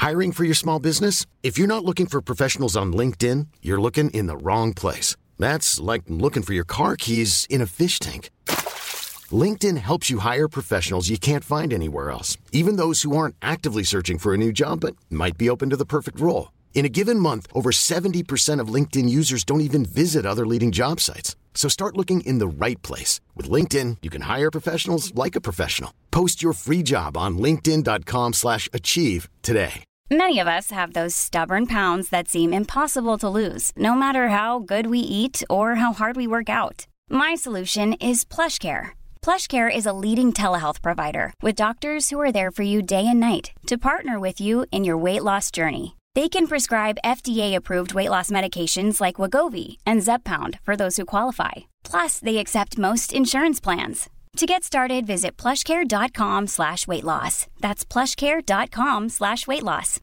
Hiring for your small business? If you're not looking for professionals on LinkedIn, you're looking in the wrong place. That's like looking for your car keys in a fish tank. LinkedIn helps you hire professionals you can't find anywhere else, even those who aren't actively searching for a new job but might be open to the perfect role. In a given month, over 70% of LinkedIn users don't even visit other leading job sites. So start looking in the right place. With LinkedIn, you can hire professionals like a professional. Post your free job on linkedin.com/achieve today. Many of us have those stubborn pounds that seem impossible to lose, no matter how good we eat or how hard we work out. My solution is PlushCare. PlushCare is a leading telehealth provider with doctors who are there for you day and night to partner with you in your weight loss journey. They can prescribe FDA-approved weight loss medications like Wegovy and Zepbound for those who qualify. Plus, they accept most insurance plans. To get started, visit plushcare.com/weightloss. That's plushcare.com/weightloss.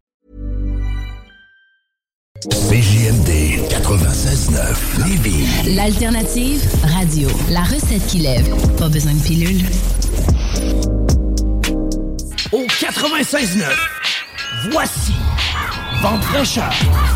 CJMD 96.9 Lévis. L'alternative radio. La recette qui lève. Pas besoin de pilule. Au 96.9, voici Vente fraîcheur.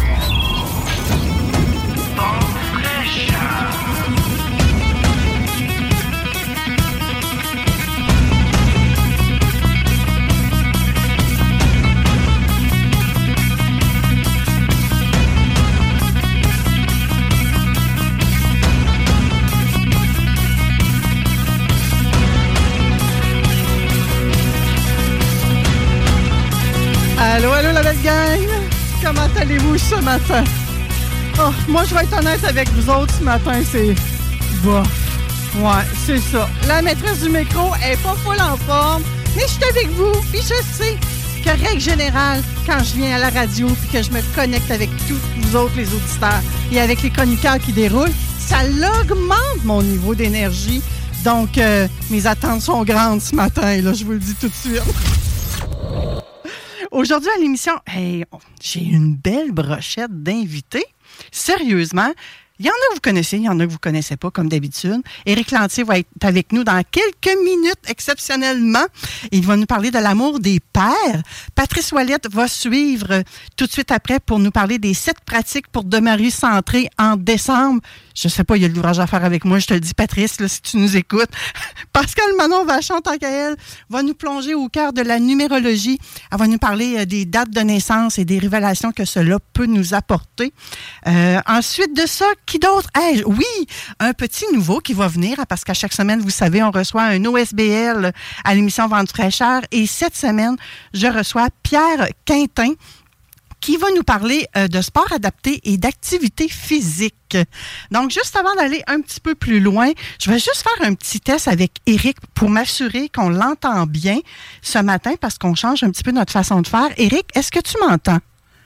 Allô, allô, la belle gang! Comment allez-vous ce matin? Oh, moi, je vais être honnête avec vous autres ce matin, c'est bof. Ouais, c'est ça. La maîtresse du micro est pas full en forme, mais je suis avec vous, puis je sais que, règle générale, quand je viens à la radio puis que je me connecte avec tous vous autres, les auditeurs, et avec les chroniqueurs qui déroulent, ça augmente mon niveau d'énergie. Donc, mes attentes sont grandes ce matin, là, je vous le dis tout de suite. Aujourd'hui, à l'émission, j'ai une belle brochette d'invités. Sérieusement, il y en a que vous connaissez, il y en a que vous ne connaissez pas, comme d'habitude. Éric Lantier va être avec nous dans quelques minutes, exceptionnellement. Il va nous parler de l'amour des pères. Patrice Ouellette va suivre tout de suite après pour nous parler des 7 pratiques pour demeurer centré en décembre. Je sais pas, il y a de l'ouvrage à faire avec moi, je te le dis, Patrice, là, si tu nous écoutes. Pascal Manon-Vachon, tant qu'à elle, va nous plonger au cœur de la numérologie. Elle va nous parler des dates de naissance et des révélations que cela peut nous apporter. Ensuite de ça, qui d'autre? Oui, un petit nouveau qui va venir, parce qu'à chaque semaine, vous savez, on reçoit un OSBL à l'émission Vente fraîcheur. Et cette semaine, je reçois Pierre Quintin, qui va nous parler de sport adapté et d'activité physique. Donc, juste avant d'aller un petit peu plus loin, je vais juste faire un petit test avec Éric pour m'assurer qu'on l'entend bien ce matin parce qu'on change un petit peu notre façon de faire. Éric, est-ce que tu m'entends?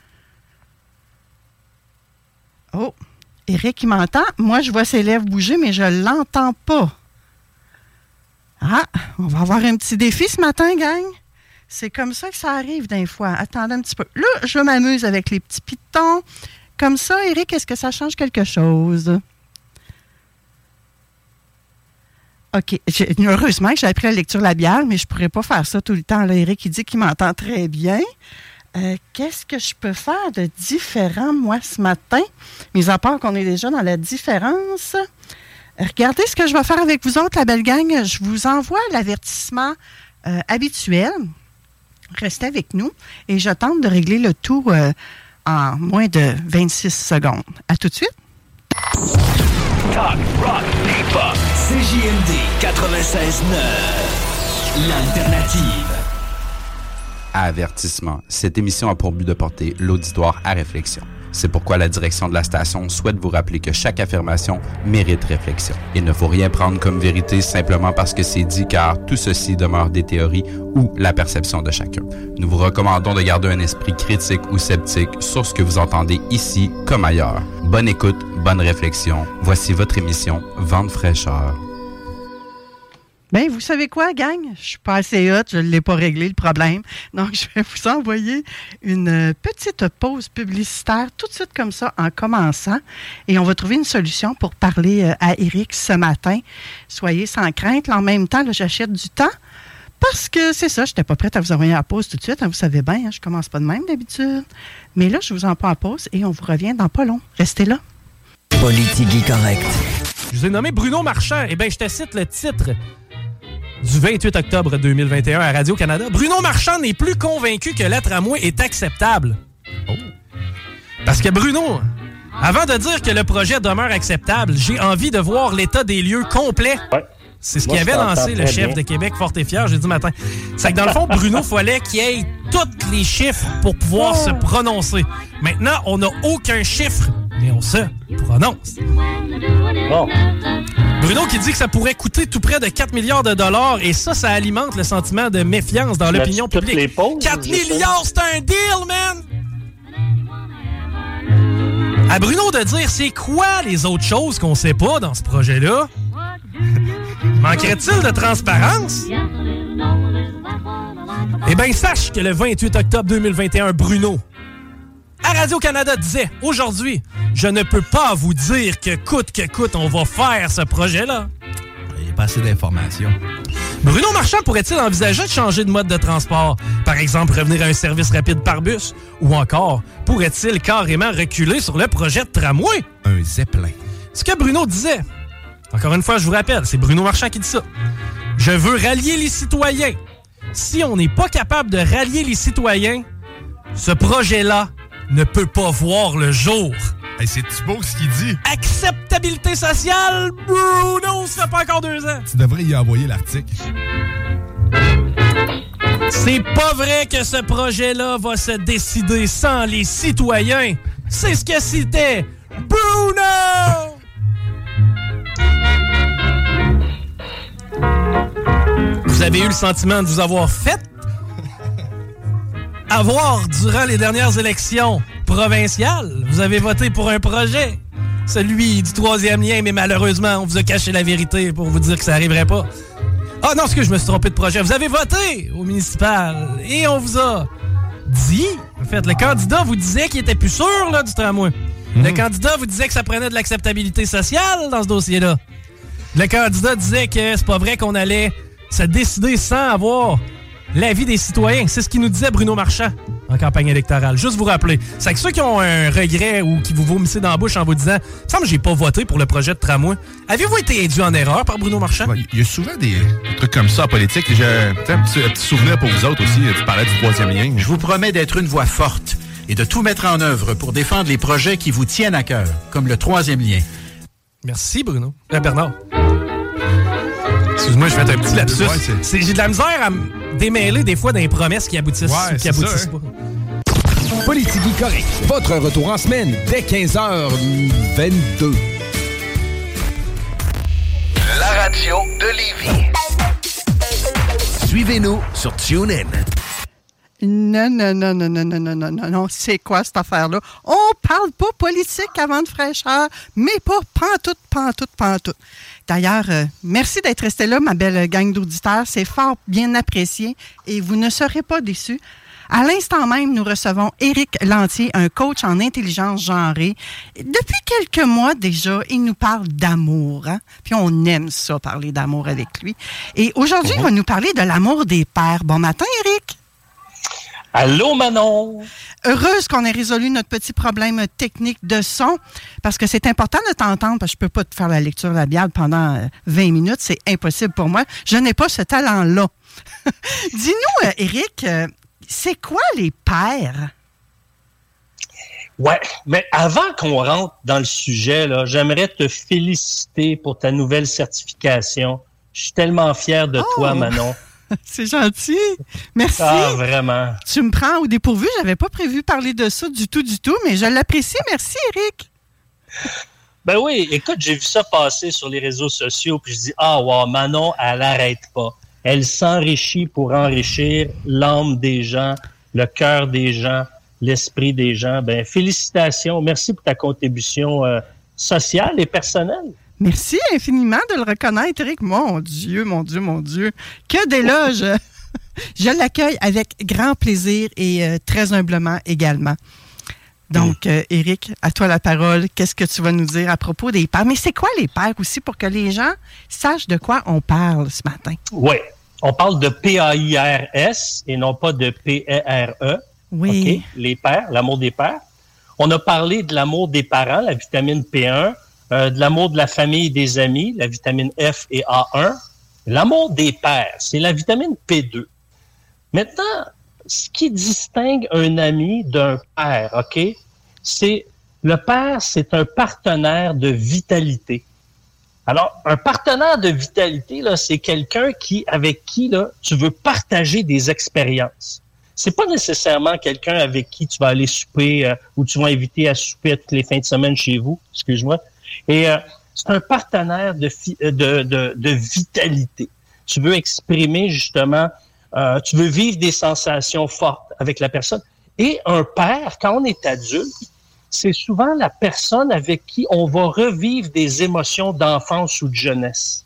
Oh, Éric, il m'entend. Moi, je vois ses lèvres bouger, mais je ne l'entends pas. Ah, on va avoir un petit défi ce matin, gang. C'est comme ça que ça arrive des fois. Attendez un petit peu. Là, je m'amuse avec les petits pitons. Comme ça, Éric, est-ce que ça change quelque chose? OK. Heureusement que j'ai appris la lecture labiale, mais je ne pourrais pas faire ça tout le temps. Là, Éric, il dit qu'il m'entend très bien. Qu'est-ce que je peux faire de différent, moi, ce matin? Mis à part qu'on est déjà dans la différence. Regardez ce que je vais faire avec vous autres, la belle gang. Je vous envoie l'avertissement habituel. Restez avec nous et je tente de régler le tout en moins de 26 secondes. À tout de suite. Talk, rock, hip-hop. CJMD 96.9. L'alternative. Avertissement. Cette émission a pour but de porter l'auditoire à réflexion. C'est pourquoi la direction de la station souhaite vous rappeler que chaque affirmation mérite réflexion. Il ne faut rien prendre comme vérité simplement parce que c'est dit, car tout ceci demeure des théories ou la perception de chacun. Nous vous recommandons de garder un esprit critique ou sceptique sur ce que vous entendez ici comme ailleurs. Bonne écoute, bonne réflexion. Voici votre émission Vente fraîcheur. Bien, vous savez quoi, gang? Je suis pas assez hot, je ne l'ai pas réglé, le problème. Donc, je vais vous envoyer une petite pause publicitaire tout de suite comme ça, en commençant. Et on va trouver une solution pour parler à Éric ce matin. Soyez sans crainte. En même temps, là, j'achète du temps Parce que c'est ça, je n'étais pas prête à vous envoyer à la pause tout de suite. Vous savez bien, je commence pas de même d'habitude. Mais là, je vous en prends en pause et on vous revient dans pas long. Restez là. Politique correct. Je vous ai nommé Bruno Marchand. Eh bien, je te cite le titre du 28 octobre 2021 à Radio-Canada. Bruno Marchand n'est plus convaincu que le tramway est acceptable. Oh. Parce que Bruno, avant de dire que le projet demeure acceptable, j'ai envie de voir l'état des lieux complet. Ouais. C'est ce qu'avait lancé le chef de Québec fort et fier jeudi matin. C'est que dans le fond, Bruno, fallait qu'il ait tous les chiffres pour pouvoir se prononcer. Maintenant, on n'a aucun chiffre, mais on se prononce. Bon. Bruno qui dit que ça pourrait coûter tout près de 4 milliards de dollars et ça alimente le sentiment de méfiance dans l'opinion publique. 4 milliards, c'est un deal, man! À Bruno de dire c'est quoi les autres choses qu'on sait pas dans ce projet-là? Manquerait-il de transparence? Eh bien, sache que le 28 octobre 2021, Bruno, à Radio-Canada, disait « Aujourd'hui, je ne peux pas vous dire que coûte, on va faire ce projet-là. » Il n'y a pas assez d'informations. Bruno Marchand pourrait-il envisager de changer de mode de transport? Par exemple, revenir à un service rapide par bus? Ou encore, pourrait-il carrément reculer sur le projet de tramway? Un zeppelin. Ce que Bruno disait, encore une fois, je vous rappelle, c'est Bruno Marchand qui dit ça. « Je veux rallier les citoyens. Si on n'est pas capable de rallier les citoyens, ce projet-là ne peut pas voir le jour. » Hey, c'est-tu beau ce qu'il dit? Acceptabilité sociale, Bruno, ça fait pas encore 2 ans. Tu devrais y envoyer l'article. C'est pas vrai que ce projet-là va se décider sans les citoyens. C'est ce que c'était Bruno! Vous avez eu le sentiment de vous avoir fait avoir durant les dernières élections provinciales. Vous avez voté pour un projet, celui du 3e lien, mais malheureusement, on vous a caché la vérité pour vous dire que ça n'arriverait pas. Ah non, je me suis trompé de projet. Vous avez voté au municipal et on vous a dit, en fait, le candidat vous disait qu'il était plus sûr là, du tramway. Le candidat vous disait que ça prenait de l'acceptabilité sociale dans ce dossier-là. Le candidat disait que c'est pas vrai qu'on allait se décider sans avoir l'avis des citoyens. C'est ce qu'il nous disait Bruno Marchand en campagne électorale. Juste vous rappeler. C'est que ceux qui ont un regret ou qui vous vomissez dans la bouche en vous disant « Il me semble que j'ai pas voté pour le projet de tramway », avez-vous été induit en erreur par Bruno Marchand? Il y a souvent des trucs comme ça en politique. J'ai un petit souvenir pour vous autres aussi. Tu parlais du 3e lien. Je vous promets d'être une voix forte et de tout mettre en œuvre pour défendre les projets qui vous tiennent à cœur, comme le 3e lien. Merci, Bruno. Bernard. Excuse-moi, je fais un petit lapsus. Ouais, j'ai de la misère à me démêler des fois des promesses qui aboutissent ou qui aboutissent pas. Politique correct. Votre retour en semaine dès 15h22. La radio de Lévis. Suivez-nous sur TuneIn. Non. C'est quoi cette affaire-là? On parle pas politique avant de fraîcheur, mais pas pantoute. D'ailleurs, merci d'être resté là, ma belle gang d'auditeurs. C'est fort bien apprécié et vous ne serez pas déçus. À l'instant même, nous recevons Éric Lantier, un coach en intelligence genrée. Depuis quelques mois déjà, il nous parle d'amour. Hein? Puis on aime ça, parler d'amour avec lui. Et aujourd'hui, il va nous parler de l'amour des pères. Bon matin, Éric. Allô, Manon! Heureuse qu'on ait résolu notre petit problème technique de son, parce que c'est important de t'entendre, parce que je ne peux pas te faire la lecture labiale pendant 20 minutes. C'est impossible pour moi. Je n'ai pas ce talent-là. Dis-nous, Éric, c'est quoi les pères? Ouais, mais avant qu'on rentre dans le sujet, là, j'aimerais te féliciter pour ta nouvelle certification. Je suis tellement fier de toi, Manon. C'est gentil. Merci. Ah, vraiment. Tu me prends au dépourvu. J'avais pas prévu parler de ça du tout, mais je l'apprécie. Merci, Éric. Ben oui, écoute, j'ai vu ça passer sur les réseaux sociaux, puis je dis, wow, Manon, elle n'arrête pas. Elle s'enrichit pour enrichir l'âme des gens, le cœur des gens, l'esprit des gens. Ben, félicitations. Merci pour ta contribution sociale et personnelle. Merci infiniment de le reconnaître, Éric. Mon Dieu. Que d'éloges. Je l'accueille avec grand plaisir et très humblement également. Donc, Éric, à toi la parole. Qu'est-ce que tu vas nous dire à propos des pères? Mais c'est quoi les pères aussi pour que les gens sachent de quoi on parle ce matin? Oui. On parle de PAIRS et non pas de PERE. Oui. Okay? Les pères, l'amour des pères. On a parlé de l'amour des parents, la vitamine P1, de l'amour de la famille et des amis, la vitamine F et A1. L'amour des pères, c'est la vitamine P2. Maintenant, ce qui distingue un ami d'un père, OK, c'est le père, c'est un partenaire de vitalité. Alors, un partenaire de vitalité, là, c'est quelqu'un avec qui là, tu veux partager des expériences. C'est pas nécessairement quelqu'un avec qui tu vas aller souper ou tu vas inviter à souper toutes les fins de semaine chez vous, excuse-moi. Et c'est un partenaire de vitalité. Tu veux exprimer justement, tu veux vivre des sensations fortes avec la personne. Et un père, quand on est adulte, c'est souvent la personne avec qui on va revivre des émotions d'enfance ou de jeunesse.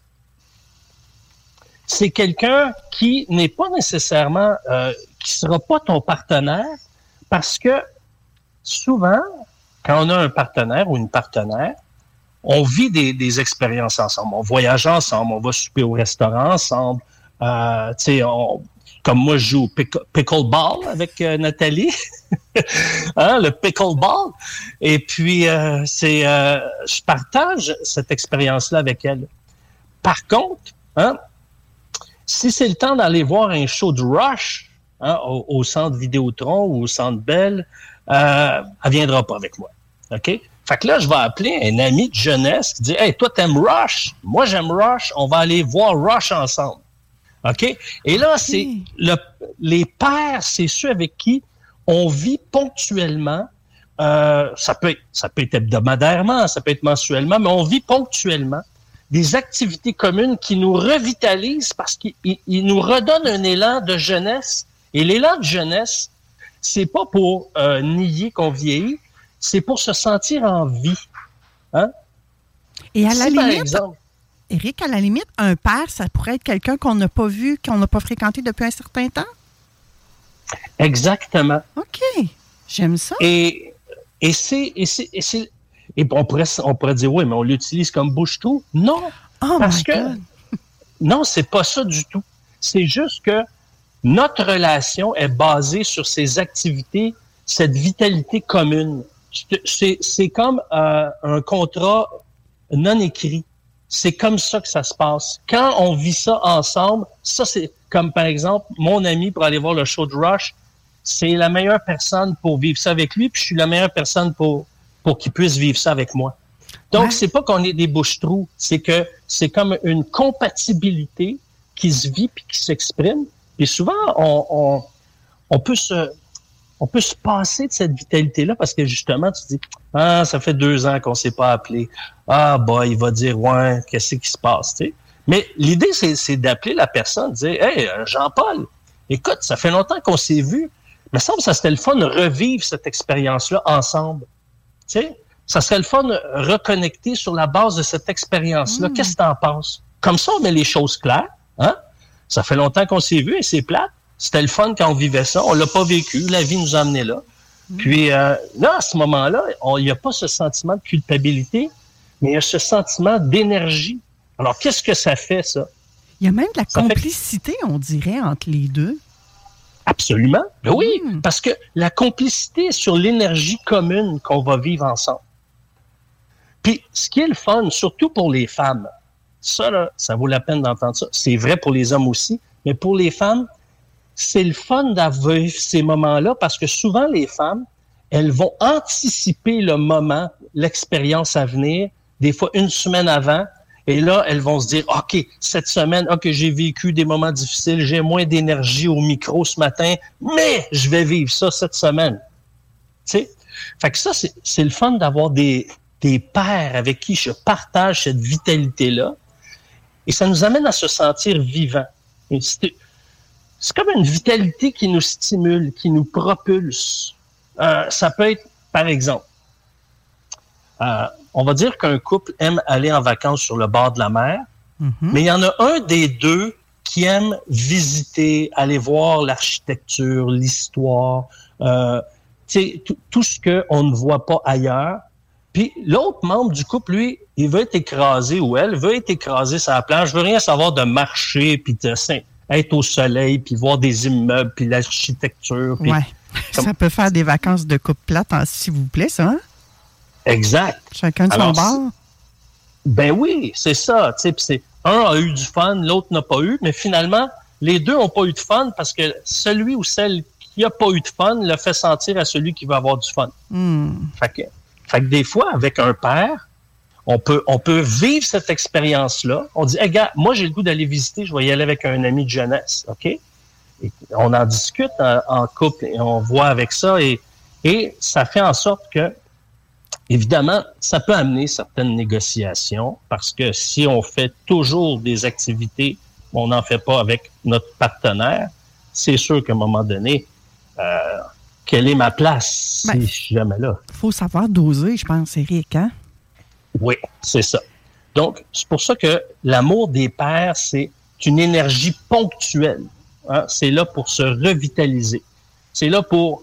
C'est quelqu'un qui n'est pas nécessairement, qui sera pas ton partenaire, parce que souvent, quand on a un partenaire ou une partenaire, on vit des expériences ensemble. On voyage ensemble, on va souper au restaurant ensemble. Tu sais, comme moi, je joue au pickleball avec Nathalie. Hein, le pickleball. Et puis, je partage cette expérience-là avec elle. Par contre, hein, si c'est le temps d'aller voir un show de Rush hein, au centre Vidéotron ou au centre Bell, elle viendra pas avec moi. OK? Fait que là, je vais appeler un ami de jeunesse qui dit « Hey, toi, t'aimes Rush? Moi, j'aime Rush. On va aller voir Rush ensemble. » OK? Et là, c'est les pères, c'est ceux avec qui on vit ponctuellement. Ça peut être hebdomadairement, ça peut être mensuellement, mais on vit ponctuellement des activités communes qui nous revitalisent parce qu'ils nous redonnent un élan de jeunesse. Et l'élan de jeunesse, c'est pas pour nier qu'on vieillit, c'est pour se sentir en vie. Hein? Et à la limite, par exemple, Éric, à la limite, un père, ça pourrait être quelqu'un qu'on n'a pas vu, qu'on n'a pas fréquenté depuis un certain temps? Exactement. OK. J'aime ça. Et on pourrait dire, oui, mais on l'utilise comme bouche-trou. Non. Oh parce my que, God. non, c'est pas ça du tout. C'est juste que notre relation est basée sur ces activités, cette vitalité commune. C'est comme un contrat non écrit. C'est comme ça que ça se passe. Quand on vit ça ensemble, ça c'est comme par exemple, mon ami pour aller voir le show de Rush, c'est la meilleure personne pour vivre ça avec lui, puis je suis la meilleure personne pour qu'il puisse vivre ça avec moi. Donc, c'est pas qu'on est des bouches-trous, c'est que c'est comme une compatibilité qui se vit puis qui s'exprime. Et souvent, on peut se passer de cette vitalité-là parce que justement, tu dis, ah, ça fait 2 ans qu'on s'est pas appelé. Ah, bah, il va dire, ouais, qu'est-ce qui se passe, tu sais. Mais l'idée, c'est d'appeler la personne, de dire, hey, Jean-Paul, écoute, ça fait longtemps qu'on s'est vu. Il me semble que ça serait le fun de revivre cette expérience-là ensemble. Tu sais, ça serait le fun de reconnecter sur la base de cette expérience-là. Qu'est-ce que t'en penses? Comme ça, on met les choses claires. Hein? Ça fait longtemps qu'on s'est vu et c'est plate. C'était le fun quand on vivait ça. On l'a pas vécu. La vie nous a amenés là. Puis là, à ce moment-là, il n'y a pas ce sentiment de culpabilité, mais il y a ce sentiment d'énergie. Alors, qu'est-ce que ça fait, ça? Il y a même de la complicité, on dirait, entre les deux. Absolument. Ben oui, parce que la complicité est sur l'énergie commune qu'on va vivre ensemble. Puis, ce qui est le fun, surtout pour les femmes, ça, là, ça vaut la peine d'entendre ça. C'est vrai pour les hommes aussi, mais pour les femmes, c'est le fun d'avoir ces moments-là parce que souvent, les femmes, elles vont anticiper le moment, l'expérience à venir, des fois 1 semaine avant. Et là, elles vont se dire, OK, cette semaine, OK, j'ai vécu des moments difficiles, j'ai moins d'énergie au micro ce matin, mais je vais vivre ça cette semaine. Tu sais? Fait que ça, c'est le fun d'avoir des pairs avec qui je partage cette vitalité-là. Et ça nous amène à se sentir vivants. C'est comme une vitalité qui nous stimule, qui nous propulse. Ça peut être, par exemple, on va dire qu'un couple aime aller en vacances sur le bord de la mer, mais il y en a un des deux qui aime visiter, aller voir l'architecture, l'histoire, tout ce qu'on ne voit pas ailleurs. Puis l'autre membre du couple, lui, il veut être écrasé ou elle veut être écrasée sur la plage, veut rien savoir de marcher, puis être au soleil, puis voir des immeubles, puis l'architecture. Puis ça peut faire des vacances de coupe plate, s'il vous plaît, ça, hein? Exact. Chacun de son bord. Ben oui, c'est ça. Puis c'est un a eu du fun, l'autre n'a pas eu, mais finalement, les deux n'ont pas eu de fun parce que celui ou celle qui n'a pas eu de fun le fait sentir à celui qui va avoir du fun. Fait que des fois, avec un père, on peut vivre cette expérience-là. On dit, hey, gars, moi, j'ai le goût d'aller visiter, je vais y aller avec un ami de jeunesse, OK? Et on en discute en couple et on voit avec ça et ça fait en sorte que, évidemment, ça peut amener certaines négociations parce que si on fait toujours des activités, on n'en fait pas avec notre partenaire, c'est sûr qu'à un moment donné, quelle est ma place si je suis jamais là? Il faut savoir doser, je pense, Éric, hein? Oui, c'est ça. Donc, c'est pour ça que l'amour des pères, c'est une énergie ponctuelle. Hein? C'est là pour se revitaliser. C'est là pour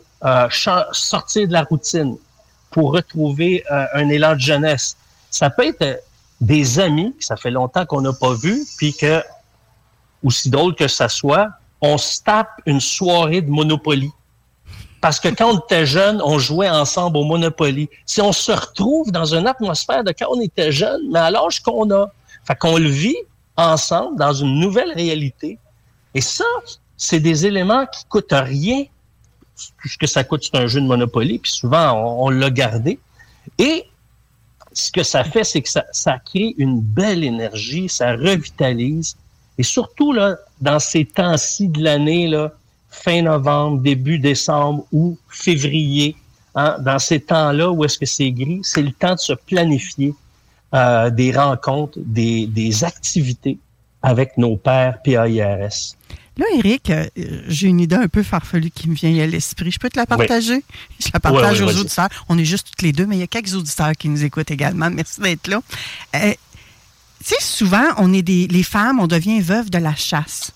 sortir de la routine, pour retrouver un élan de jeunesse. Ça peut être des amis, que ça fait longtemps qu'on n'a pas vu, puis que, aussi drôle que ça soit, on se tape une soirée de Monopoly. Parce que quand on était jeune, on jouait ensemble au Monopoly. Si on se retrouve dans une atmosphère de quand on était jeune, mais à l'âge qu'on a, fait qu'on le vit ensemble dans une nouvelle réalité. Et ça, c'est des éléments qui coûtent rien. Tout ce que ça coûte, c'est un jeu de Monopoly, puis souvent, on l'a gardé. Et ce que ça fait, c'est que ça crée une belle énergie, ça revitalise. Et surtout, là, dans ces temps-ci de l'année, là, fin novembre, début décembre ou février, hein, dans ces temps-là où est-ce que c'est gris, c'est le temps de se planifier des rencontres, des activités avec nos pères PAIRS. Là, Éric, j'ai une idée un peu farfelue qui me vient à l'esprit. Je peux te la partager? Oui. Je la partage aux auditeurs. On est juste toutes les deux, mais il y a quelques auditeurs qui nous écoutent également. Merci d'être là. Tu sais, souvent, on est les femmes, on devient veuves de la chasse.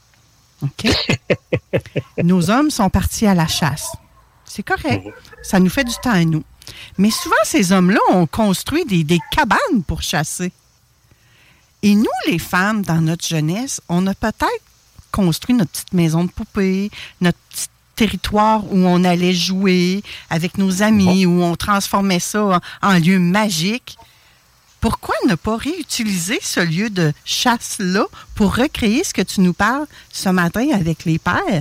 OK? Nos hommes sont partis à la chasse. C'est correct. Ça nous fait du temps à nous. Mais souvent, ces hommes-là ont construit des cabanes pour chasser. Et nous, les femmes, dans notre jeunesse, on a peut-être construit notre petite maison de poupée, notre petit territoire où on allait jouer avec nos amis, où on transformait ça en lieu magique. Pourquoi ne pas réutiliser ce lieu de chasse-là pour recréer ce que tu nous parles ce matin avec les pères?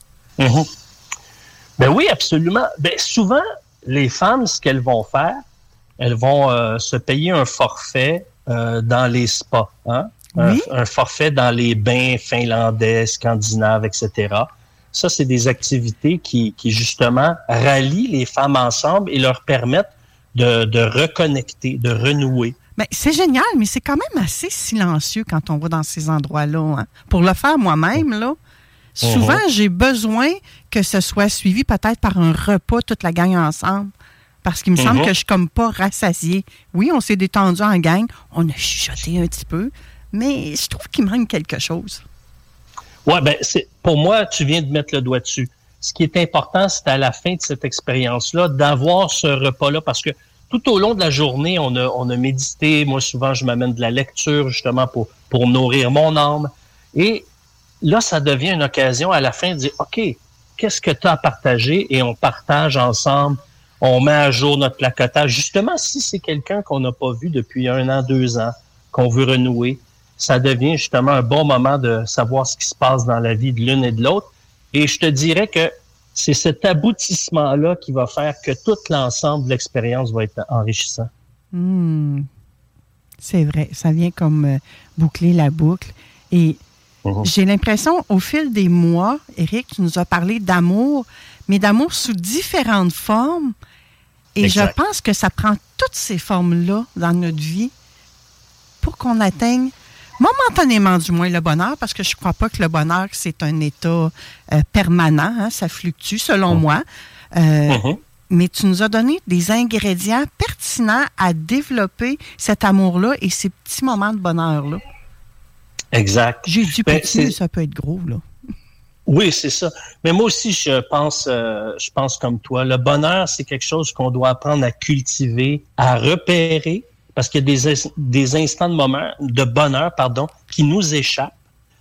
Ben oui, absolument. Ben souvent, les femmes, ce qu'elles vont faire, elles vont se payer un forfait dans les spas, hein? Oui? Un forfait dans les bains finlandais, scandinaves, etc. Ça, c'est des activités qui justement rallient les femmes ensemble et leur permettent de reconnecter, de renouer. Bien, c'est génial, mais c'est quand même assez silencieux quand on va dans ces endroits-là. Hein. Pour le faire moi-même, là, souvent, j'ai besoin que ce soit suivi peut-être par un repas, toute la gang ensemble. Parce qu'il me semble que je suis comme pas rassasiée. Oui, on s'est détendu en gang, on a chuchoté un petit peu, mais je trouve qu'il manque quelque chose. Oui, bien, pour moi, tu viens de mettre le doigt dessus. Ce qui est important, c'est à la fin de cette expérience-là, d'avoir ce repas-là, parce que tout au long de la journée, on a médité. Moi, souvent, je m'amène de la lecture, justement, pour nourrir mon âme. Et là, ça devient une occasion à la fin de dire, OK, qu'est-ce que tu as à partager? Et on partage ensemble. On met à jour notre placotage. Justement, si c'est quelqu'un qu'on n'a pas vu depuis 1 an, 2 ans, qu'on veut renouer, ça devient justement un bon moment de savoir ce qui se passe dans la vie de l'une et de l'autre. Et je te dirais que c'est cet aboutissement-là qui va faire que tout l'ensemble de l'expérience va être enrichissant. C'est vrai. Ça vient comme boucler la boucle. Et j'ai l'impression, au fil des mois, Éric, tu nous as parlé d'amour, mais d'amour sous différentes formes. Et je pense que ça prend toutes ces formes-là dans notre vie pour qu'on atteigne, momentanément du moins, le bonheur, parce que je ne crois pas que le bonheur, c'est un état permanent. Hein, ça fluctue, selon moi. Mais tu nous as donné des ingrédients pertinents à développer cet amour-là et ces petits moments de bonheur-là. Exact. J'ai dit petit, mais ça peut être gros, là. Oui, c'est ça. Mais moi aussi, je pense comme toi. Le bonheur, c'est quelque chose qu'on doit apprendre à cultiver, à repérer, parce qu'il y a des instants de bonheur, qui nous échappent.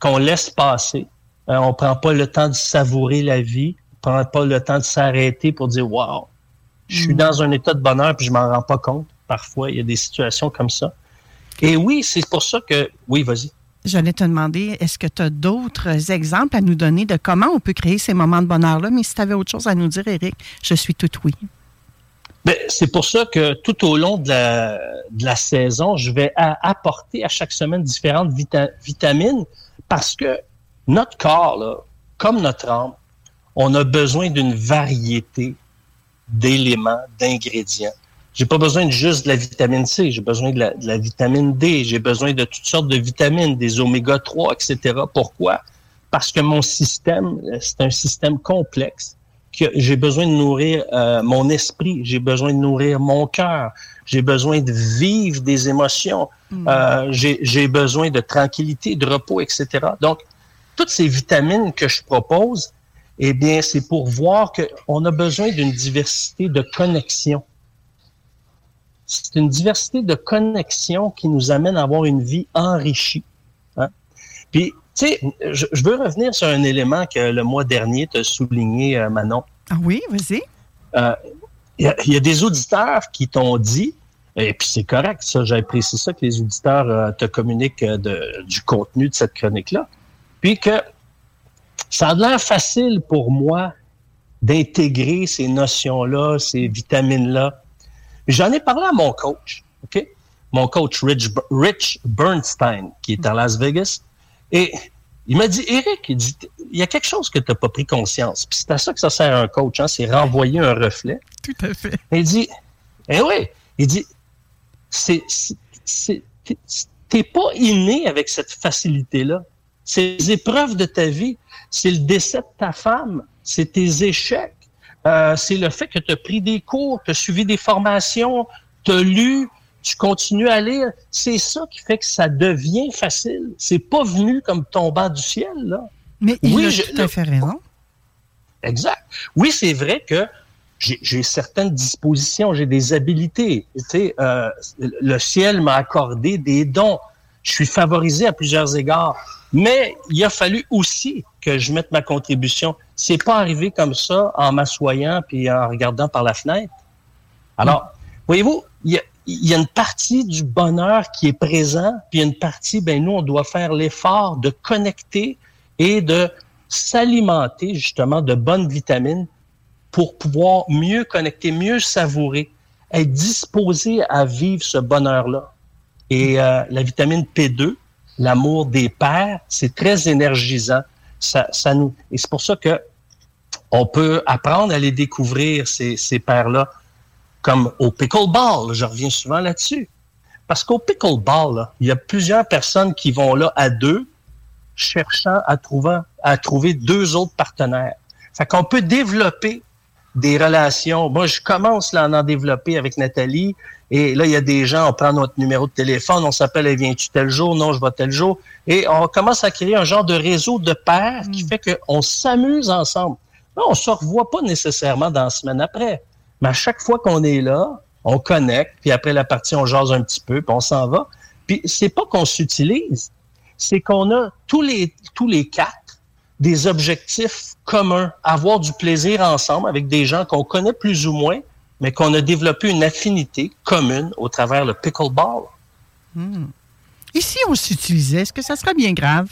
qu'on laisse passer. On prend pas le temps de savourer la vie. On prend pas le temps de s'arrêter pour dire « Wow, je suis dans un état de bonheur puis je m'en rends pas compte. » Parfois, il y a des situations comme ça. Et oui, c'est pour ça que... Oui, vas-y. J'allais te demander, est-ce que tu as d'autres exemples à nous donner de comment on peut créer ces moments de bonheur-là? Mais si tu avais autre chose à nous dire, Éric, je suis tout oui. Bien, c'est pour ça que tout au long de la saison, je vais apporter à chaque semaine différentes vitamines parce que notre corps, là, comme notre âme, on a besoin d'une variété d'éléments, d'ingrédients. J'ai pas besoin de juste de la vitamine C, j'ai besoin de la vitamine D, j'ai besoin de toutes sortes de vitamines, des oméga 3, etc. Pourquoi? Parce que mon système, c'est un système complexe, que j'ai besoin de nourrir mon esprit, j'ai besoin de nourrir mon cœur, j'ai besoin de vivre des émotions, j'ai besoin de tranquillité, de repos, etc. Donc, toutes ces vitamines que je propose, eh bien, c'est pour voir qu'on a besoin d'une diversité de connexions. C'est une diversité de connexions qui nous amène à avoir une vie enrichie. Hein? Puis, tu sais, je veux revenir sur un élément que le mois dernier tu as souligné, Manon. Ah oui, vas-y. Il y a des auditeurs qui t'ont dit, et puis c'est correct, ça, j'apprécie ça, que les auditeurs te communiquent du contenu de cette chronique-là, puis que ça a l'air facile pour moi d'intégrer ces notions-là, ces vitamines-là. J'en ai parlé à mon coach, OK? Mon coach Rich Bernstein, qui est à Las Vegas. Et il m'a dit, Éric, il y a quelque chose que tu n'as pas pris conscience. Puis c'est à ça que ça sert un coach, hein, c'est renvoyer un reflet. Tout à fait. Il dit, il dit, t'es pas inné avec cette facilité-là. C'est les épreuves de ta vie, c'est le décès de ta femme, c'est tes échecs. C'est le fait que tu as pris des cours, tu as suivi des formations, tu as lu, tu continues à lire. C'est ça qui fait que ça devient facile. C'est pas venu comme tombant du ciel, là. Mais il a tout à fait raison. Exact. Oui, c'est vrai que j'ai certaines dispositions, j'ai des habilités. Tu sais, le ciel m'a accordé des dons. Je suis favorisé à plusieurs égards. Mais il a fallu aussi que je mette ma contribution. C'est pas arrivé comme ça en m'assoyant puis en regardant par la fenêtre. Alors, voyez-vous, il y a une partie du bonheur qui est présent, puis il y a une partie, nous, on doit faire l'effort de connecter et de s'alimenter justement de bonnes vitamines pour pouvoir mieux connecter, mieux savourer, être disposé à vivre ce bonheur-là. Et la vitamine P2, l'amour des pairs, c'est très énergisant. Et c'est pour ça que on peut apprendre à les découvrir, ces pairs-là, comme au pickleball. Je reviens souvent là-dessus. Parce qu'au pickleball, là, il y a plusieurs personnes qui vont là à deux, cherchant à trouver deux autres partenaires. Fait qu'on peut développer des relations. Moi, je commence là à en développer avec Nathalie. Et là, il y a des gens, on prend notre numéro de téléphone, on s'appelle, viens-tu tel jour? Non, je vais tel jour. Et on commence à créer un genre de réseau de pairs qui fait qu'on s'amuse ensemble. Là, on se revoit pas nécessairement dans la semaine après. Mais à chaque fois qu'on est là, on connecte, puis après la partie, on jase un petit peu, puis on s'en va. Puis c'est pas qu'on s'utilise, c'est qu'on a tous les quatre des objectifs communs, avoir du plaisir ensemble avec des gens qu'on connaît plus ou moins, mais qu'on a développé une affinité commune au travers le pickleball. Et si on s'utilisait, est-ce que ça serait bien grave?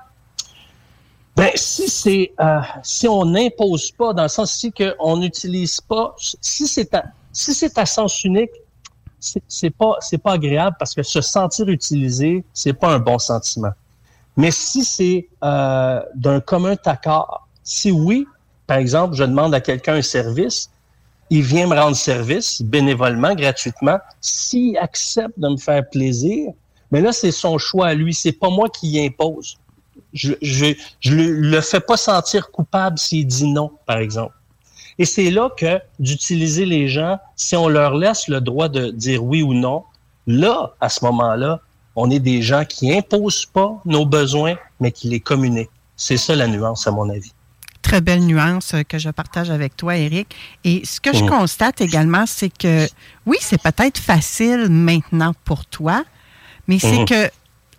Si on n'impose pas, dans le sens ici qu'on n'utilise pas, si c'est à sens unique, c'est pas agréable parce que se sentir utilisé, c'est pas un bon sentiment. Mais si c'est d'un commun accord, si oui, par exemple, je demande à quelqu'un un service, il vient me rendre service bénévolement, gratuitement. S'il accepte de me faire plaisir, mais là, c'est son choix à lui. C'est pas moi qui y impose. Je le fais pas sentir coupable s'il dit non, par exemple. Et c'est là que d'utiliser les gens, si on leur laisse le droit de dire oui ou non, là, à ce moment-là, on est des gens qui imposent pas nos besoins, mais qui les communiquent. C'est ça la nuance, à mon avis. Très belle nuance que je partage avec toi, Éric. Et ce que je constate également, c'est que, oui, c'est peut-être facile maintenant pour toi, mais c'est que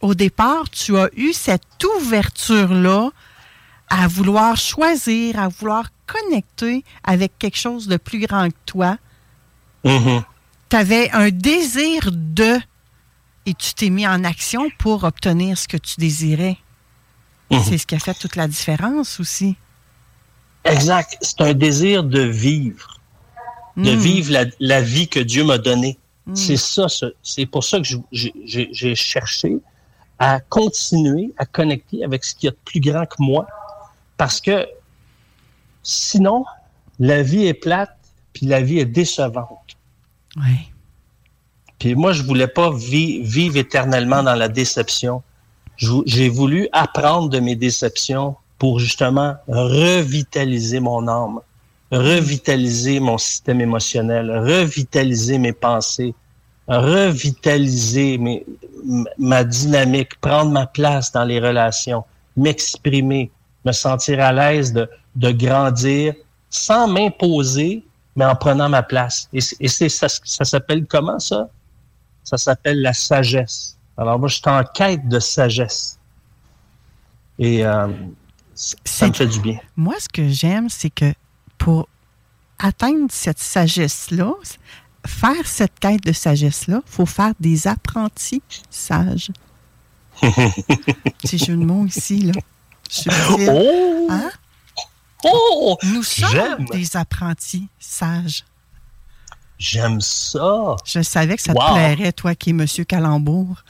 au départ, tu as eu cette ouverture-là à vouloir choisir, à vouloir connecter avec quelque chose de plus grand que toi. Mm-hmm. Tu avais un désir de, et tu t'es mis en action pour obtenir ce que tu désirais. Mm-hmm. C'est ce qui a fait toute la différence aussi. Exact. C'est un désir de vivre. De vivre la vie que Dieu m'a donnée. C'est ça. C'est pour ça que j'ai cherché à continuer à connecter avec ce qu'il y a de plus grand que moi. Parce que sinon, la vie est plate, puis la vie est décevante. Oui. Puis moi, je voulais pas vivre éternellement dans la déception. J'ai voulu apprendre de mes déceptions pour justement revitaliser mon âme, revitaliser mon système émotionnel, revitaliser mes pensées, revitaliser ma dynamique, prendre ma place dans les relations, m'exprimer, me sentir à l'aise de grandir sans m'imposer, mais en prenant ma place. Et ça s'appelle comment, ça? Ça s'appelle la sagesse. Alors moi, je suis en quête de sagesse. Et ça me fait du bien. Moi, ce que j'aime, c'est que pour atteindre cette sagesse-là, faire cette quête de sagesse-là, il faut faire des apprentis sages. Petit jeu de mots ici, là. Oh! Hein? Oh! Nous sommes des apprentis sages. J'aime ça. Je savais que ça te plairait, toi qui es Monsieur Calembour.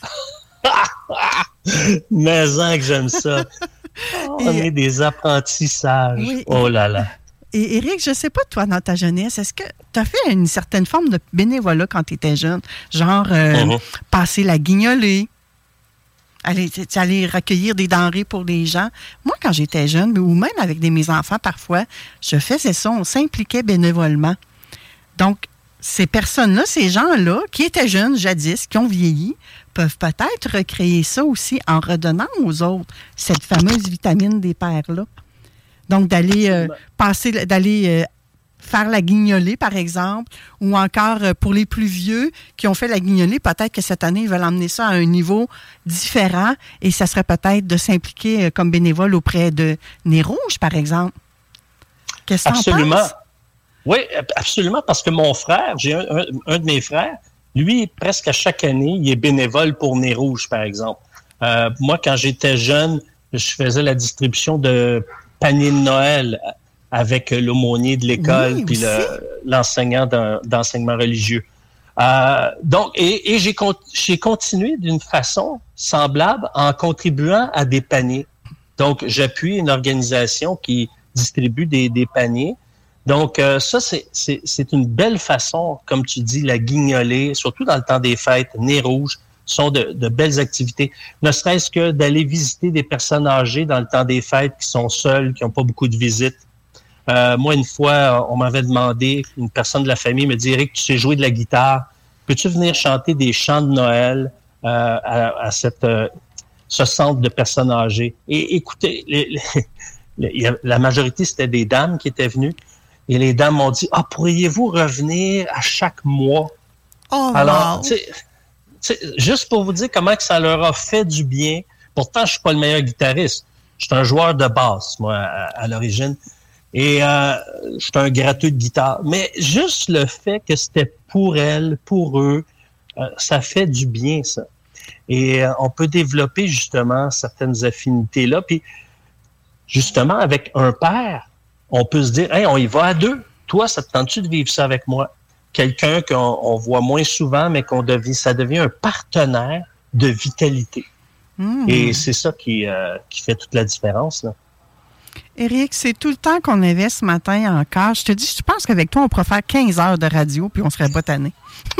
Mais que j'aime ça. On est des apprentis sages. Oui, oh là là. Et Éric, je ne sais pas, toi, dans ta jeunesse, est-ce que tu as fait une certaine forme de bénévolat quand tu étais jeune? Genre, passer la guignolée, aller recueillir des denrées pour les gens. Moi, quand j'étais jeune, ou même avec mes enfants parfois, je faisais ça, on s'impliquait bénévolement. Donc, ces personnes-là, ces gens-là, qui étaient jeunes jadis, qui ont vieilli, peuvent peut-être recréer ça aussi en redonnant aux autres cette fameuse vitamine des pères-là. Donc, d'aller faire la guignolée, par exemple, ou encore pour les plus vieux qui ont fait la guignolée, peut-être que cette année, ils veulent emmener ça à un niveau différent et ça serait peut-être de s'impliquer comme bénévole auprès de Nez Rouge, par exemple. Qu'est-ce que tu en penses? Oui, absolument, parce que mon frère, j'ai un de mes frères, lui, presque à chaque année, il est bénévole pour Nez Rouge, par exemple. Moi, quand j'étais jeune, je faisais la distribution de paniers de Noël avec l'aumônier de l'école puis l'enseignant d'enseignement religieux. Donc, j'ai continué d'une façon semblable en contribuant à des paniers. Donc, j'appuie une organisation qui distribue des paniers. Donc, ça, c'est une belle façon, comme tu dis, la guignolée, surtout dans le temps des fêtes, Nez Rouge, sont de belles activités. Ne serait-ce que d'aller visiter des personnes âgées dans le temps des fêtes qui sont seules, qui n'ont pas beaucoup de visites. Moi, une fois, on m'avait demandé, une personne de la famille me dit « Éric, tu sais jouer de la guitare, peux-tu venir chanter des chants de Noël à ce centre de personnes âgées? » Et écoutez, la majorité, c'était des dames qui étaient venues. Et les dames m'ont dit « Ah, pourriez-vous revenir à chaque mois? » Oh, alors, juste pour vous dire comment que ça leur a fait du bien. Pourtant, je suis pas le meilleur guitariste. Je suis un joueur de basse, moi, à l'origine. Et je suis un gratteux de guitare. Mais juste le fait que c'était pour elles, pour eux, ça fait du bien, ça. Et on peut développer, justement, certaines affinités-là. Puis, justement, avec un père, on peut se dire, hey, on y va à deux. Toi, ça te tente-tu de vivre ça avec moi? Quelqu'un qu'on voit moins souvent, mais ça devient un partenaire de vitalité. Et c'est ça qui fait toute la différence, là. Éric, c'est tout le temps qu'on avait ce matin encore. Je te dis, je pense qu'avec toi, on pourrait faire 15 heures de radio, puis on serait pas tannés.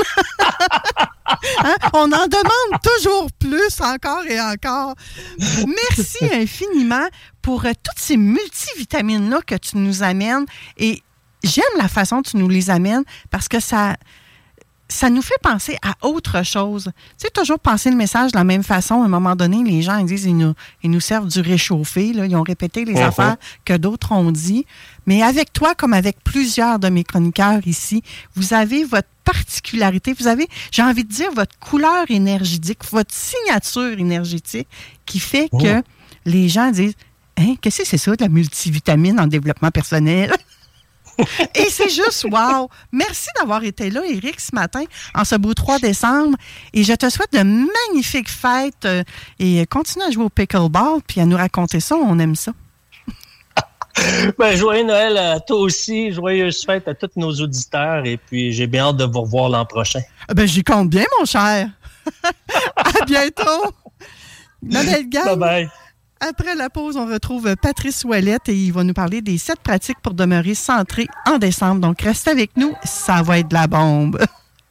Hein? On en demande toujours plus, encore et encore. Merci infiniment pour toutes ces multivitamines-là que tu nous amènes. Et j'aime la façon dont tu nous les amènes parce que ça nous fait penser à autre chose. Tu sais, toujours penser le message de la même façon. À un moment donné, les gens ils disent ils nous servent du réchauffé. Là. Ils ont répété les affaires que d'autres ont dit. Mais avec toi, comme avec plusieurs de mes chroniqueurs ici, vous avez votre particularité, vous avez, j'ai envie de dire, votre couleur énergétique, votre signature énergétique qui fait que les gens disent « Hein, qu'est-ce que c'est ça, de la multivitamine en développement personnel? » Et c'est juste wow! Merci d'avoir été là, Éric, ce matin, en ce beau 3 décembre. Et je te souhaite de magnifiques fêtes et continue à jouer au pickleball puis à nous raconter ça. On aime ça. Ben, joyeux Noël à toi aussi. Joyeuses fêtes à tous nos auditeurs. Et puis, j'ai bien hâte de vous revoir l'an prochain. Ben, j'y compte bien, mon cher. À bientôt. La belle gang. Bye-bye. Après la pause, on retrouve Patrice Ouellette et il va nous parler des 7 pratiques pour demeurer centré en décembre. Donc, restez avec nous, ça va être de la bombe.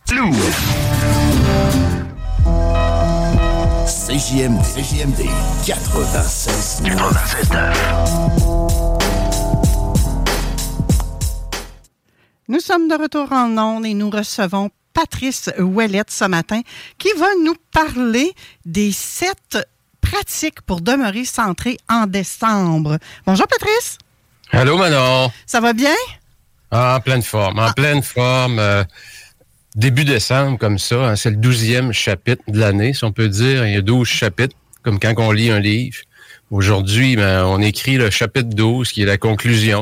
CJMD 96. Nous sommes de retour en ondes et nous recevons Patrice Ouellette ce matin qui va nous parler des 7 pratiques pour demeurer centré en décembre. Bonjour, Patrice. Allô, Manon. Ça va bien? En pleine forme. Début décembre, comme ça. Hein, c'est le 12e chapitre de l'année, si on peut dire. Il y a 12 chapitres, comme quand on lit un livre. Aujourd'hui, on écrit le chapitre 12, qui est la conclusion.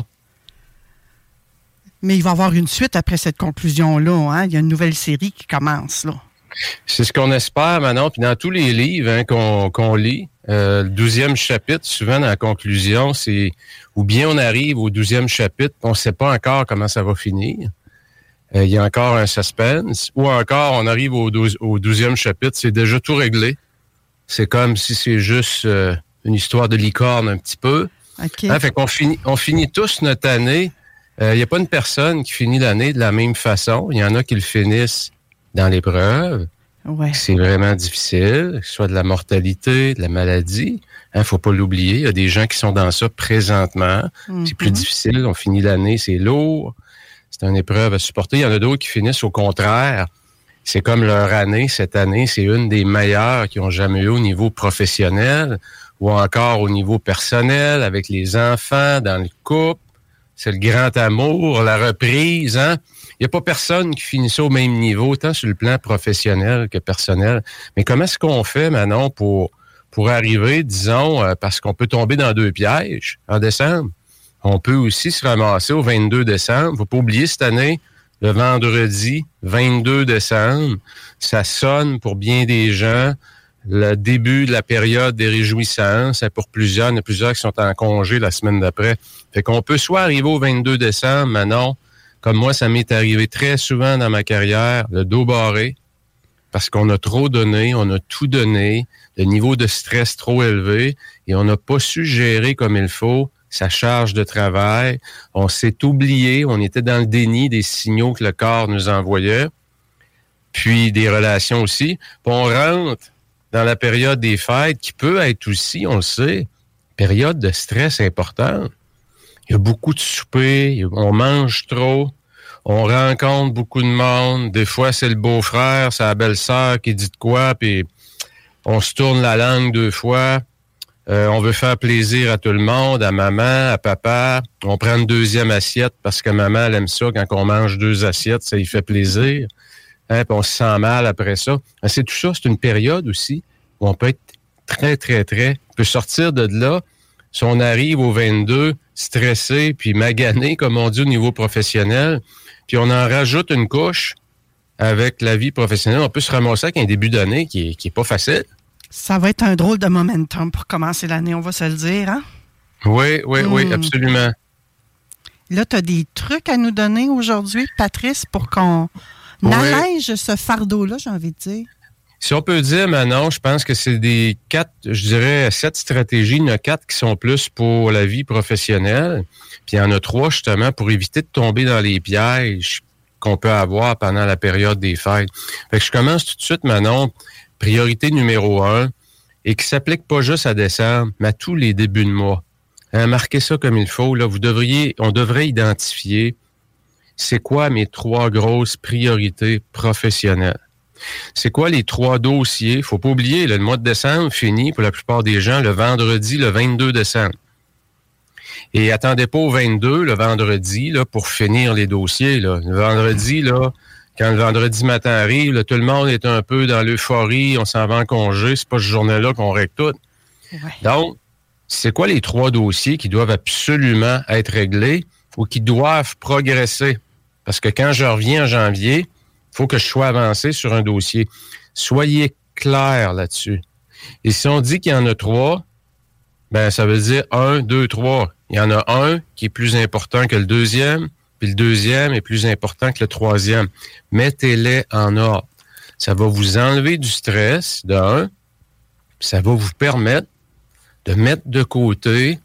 Mais il va y avoir une suite après cette conclusion-là. Hein? Il y a une nouvelle série qui commence, là. C'est ce qu'on espère, Manon. Puis dans tous les livres qu'on lit, le 12e chapitre, souvent dans la conclusion, c'est ou bien on arrive au 12e chapitre, on ne sait pas encore comment ça va finir. Il y a encore un suspense. Ou encore, on arrive au 12e chapitre, c'est déjà tout réglé. C'est comme si c'est juste une histoire de licorne un petit peu. Okay. Hein, fait qu'on finit tous notre année. Il n'y a pas une personne qui finit l'année de la même façon. Il y en a qui le finissent dans l'épreuve. Ouais. C'est vraiment difficile, que ce soit de la mortalité, de la maladie. Hein, faut pas l'oublier. Il y a des gens qui sont dans ça présentement. Mm-hmm. C'est plus difficile. On finit l'année, c'est lourd. C'est une épreuve à supporter. Il y en a d'autres qui finissent au contraire. C'est comme leur année. Cette année, c'est une des meilleures qu'ils ont jamais eu au niveau professionnel ou encore au niveau personnel, avec les enfants, dans le couple. C'est le grand amour, la reprise, hein? Il n'y a pas personne qui finit ça au même niveau, tant sur le plan professionnel que personnel. Mais comment est-ce qu'on fait, Manon, pour arriver, disons, parce qu'on peut tomber dans 2 pièges en décembre. On peut aussi se ramasser au 22 décembre. Il ne faut pas oublier cette année, le vendredi 22 décembre, ça sonne pour bien des gens le début de la période des réjouissances. Pour plusieurs, il y en a plusieurs qui sont en congé la semaine d'après. Fait qu'on peut soit arriver au 22 décembre, Manon, comme moi, ça m'est arrivé très souvent dans ma carrière, le dos barré, parce qu'on a trop donné, on a tout donné, le niveau de stress trop élevé, et on n'a pas su gérer comme il faut sa charge de travail. On s'est oublié, on était dans le déni des signaux que le corps nous envoyait, puis des relations aussi. Puis on rentre dans la période des fêtes, qui peut être aussi, on le sait, période de stress importante. Il y a beaucoup de soupers, on mange trop, on rencontre beaucoup de monde. Des fois, c'est le beau-frère, c'est la belle-sœur qui dit de quoi, puis on se tourne la langue 2 fois. On veut faire plaisir à tout le monde, à maman, à papa. On prend une 2e assiette parce que maman, elle aime ça. Quand on mange 2 assiettes, ça lui fait plaisir. Hein, puis on se sent mal après ça. C'est tout ça, c'est une période aussi où on peut être très, très, très... On peut sortir de là. Si on arrive au 22, stressé, puis magané, comme on dit au niveau professionnel, puis on en rajoute une couche avec la vie professionnelle, on peut se ramasser avec un début d'année qui est pas facile. Ça va être un drôle de momentum pour commencer l'année, on va se le dire, hein? Oui, absolument. Là, tu as des trucs à nous donner aujourd'hui, Patrice, pour qu'on allège ce fardeau-là, j'ai envie de dire. Si on peut dire, Manon, je pense que c'est des 7 stratégies. Il y en a 4 qui sont plus pour la vie professionnelle. Puis il y en a 3, justement, pour éviter de tomber dans les pièges qu'on peut avoir pendant la période des fêtes. Fait que je commence tout de suite, Manon. Priorité numéro 1, et qui s'applique pas juste à décembre, mais à tous les débuts de mois. Hein, marquez ça comme il faut. Là, on devrait identifier c'est quoi mes 3 grosses priorités professionnelles. C'est quoi les 3 dossiers? Faut pas oublier, le mois de décembre finit pour la plupart des gens le vendredi, le 22 décembre. Et attendez pas au 22, le vendredi, là, pour finir les dossiers. Là. Le vendredi, là, quand le vendredi matin arrive, là, tout le monde est un peu dans l'euphorie, on s'en va en congé, c'est pas ce journée-là qu'on règle tout. Ouais. Donc, c'est quoi les 3 dossiers qui doivent absolument être réglés ou qui doivent progresser? Parce que quand je reviens en janvier, il faut que je sois avancé sur un dossier. Soyez clair là-dessus. Et si on dit qu'il y en a 3, ben ça veut dire 1, 2, 3. Il y en a un qui est plus important que le deuxième, puis le deuxième est plus important que le troisième. Mettez-les en ordre. Ça va vous enlever du stress, de 1, ça va vous permettre de mettre de côté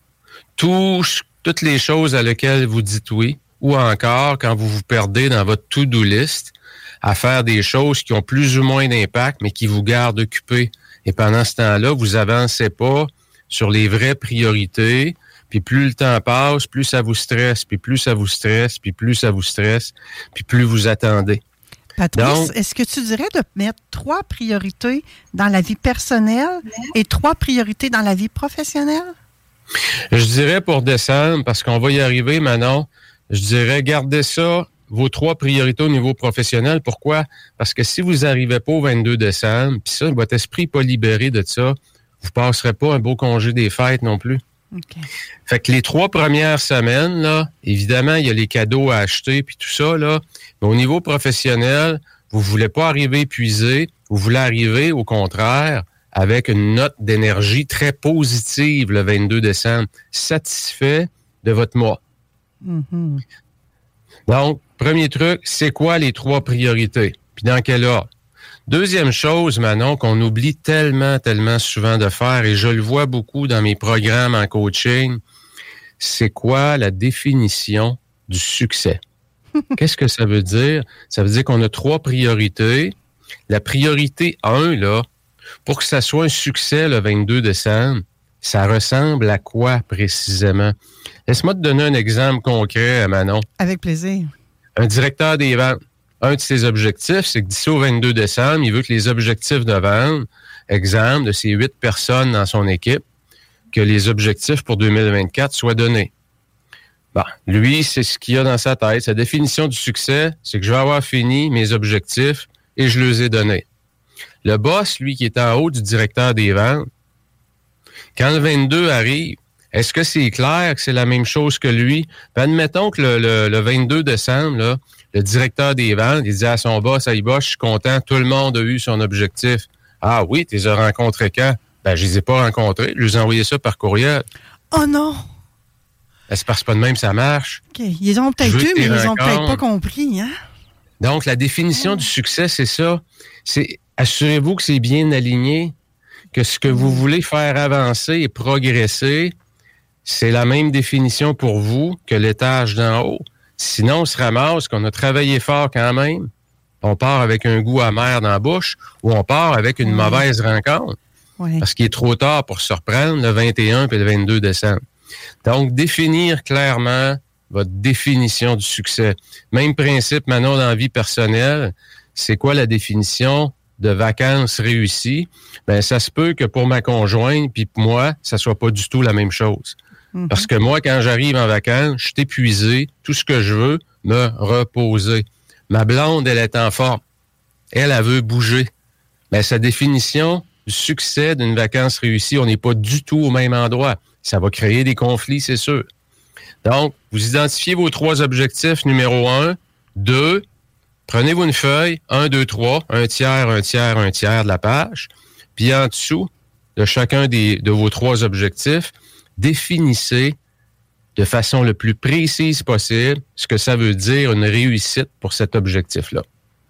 toutes les choses à lesquelles vous dites oui, ou encore quand vous vous perdez dans votre to-do list, à faire des choses qui ont plus ou moins d'impact, mais qui vous gardent occupé. Et pendant ce temps-là, vous avancez pas sur les vraies priorités, puis plus le temps passe, plus ça vous stresse, puis plus ça vous stresse, puis plus ça vous stresse, puis plus vous attendez. Patrice, Donc, est-ce que tu dirais de mettre 3 priorités dans la vie personnelle et 3 priorités dans la vie professionnelle? Je dirais pour décembre, parce qu'on va y arriver, Manon, je dirais gardez ça, vos 3 priorités au niveau professionnel. Pourquoi? Parce que si vous n'arrivez pas au 22 décembre, puis ça, votre esprit n'est pas libéré de ça, vous ne passerez pas un beau congé des fêtes non plus. Okay. Fait que les 3 premières semaines, là, évidemment, il y a les cadeaux à acheter puis tout ça, là. Mais au niveau professionnel, vous voulez pas arriver épuisé, vous voulez arriver, au contraire, avec une note d'énergie très positive le 22 décembre, satisfait de votre mois. Mm-hmm. Donc, premier truc, c'est quoi les 3 priorités? Puis dans quel ordre? Deuxième chose, Manon, qu'on oublie tellement souvent de faire, et je le vois beaucoup dans mes programmes en coaching, c'est quoi la définition du succès? Qu'est-ce que ça veut dire? Ça veut dire qu'on a 3 priorités. La priorité 1, là, pour que ça soit un succès le 22 décembre, ça ressemble à quoi précisément? Laisse-moi te donner un exemple concret, Manon. Avec plaisir. Un directeur des ventes, un de ses objectifs, c'est que d'ici au 22 décembre, il veut que les objectifs de vente, exemple, de ces 8 personnes dans son équipe, que les objectifs pour 2024 soient donnés. Bon, lui, c'est ce qu'il a dans sa tête. Sa définition du succès, c'est que je vais avoir fini mes objectifs et je les ai donnés. Le boss, lui, qui est en haut du directeur des ventes, quand le 22 arrive, est-ce que c'est clair que c'est la même chose que lui? Ben, admettons que le 22 décembre, là, le directeur des ventes, il dit à son boss, hey boss, je suis content, tout le monde a eu son objectif. Ah oui, tu les as rencontrés quand? Ben, je les ai pas rencontrés, je les ai envoyé ça par courriel. Oh non! Ben, c'est parce que pas de même, ça marche. OK. Ils ont peut-être eu, mais ils ont peut-être pas compris, hein? Donc, la définition du succès, c'est ça. C'est assurez-vous que c'est bien aligné, que ce que vous voulez faire avancer et progresser, c'est la même définition pour vous que l'étage d'en haut. Sinon, on se ramasse qu'on a travaillé fort quand même, on part avec un goût amer dans la bouche ou on part avec une mauvaise rencontre. Oui. Parce qu'il est trop tard pour se reprendre le 21 et le 22 décembre. Donc, définir clairement votre définition du succès. Même principe, Manon, dans la vie personnelle, c'est quoi la définition de vacances réussies? Ben, ça se peut que pour ma conjointe puis pour moi, ça soit pas du tout la même chose. Mm-hmm. Parce que moi, quand j'arrive en vacances, je suis épuisé. Tout ce que je veux, me reposer. Ma blonde, elle est en forme. Elle veut bouger. Ben, sa définition du succès d'une vacance réussie, on n'est pas du tout au même endroit. Ça va créer des conflits, c'est sûr. Donc, vous identifiez vos 3 objectifs. Numéro 1, 2, prenez-vous une feuille, 1, 2, 3, un tiers de la page. Puis en dessous de chacun de vos 3 objectifs, définissez de façon le plus précise possible ce que ça veut dire une réussite pour cet objectif-là.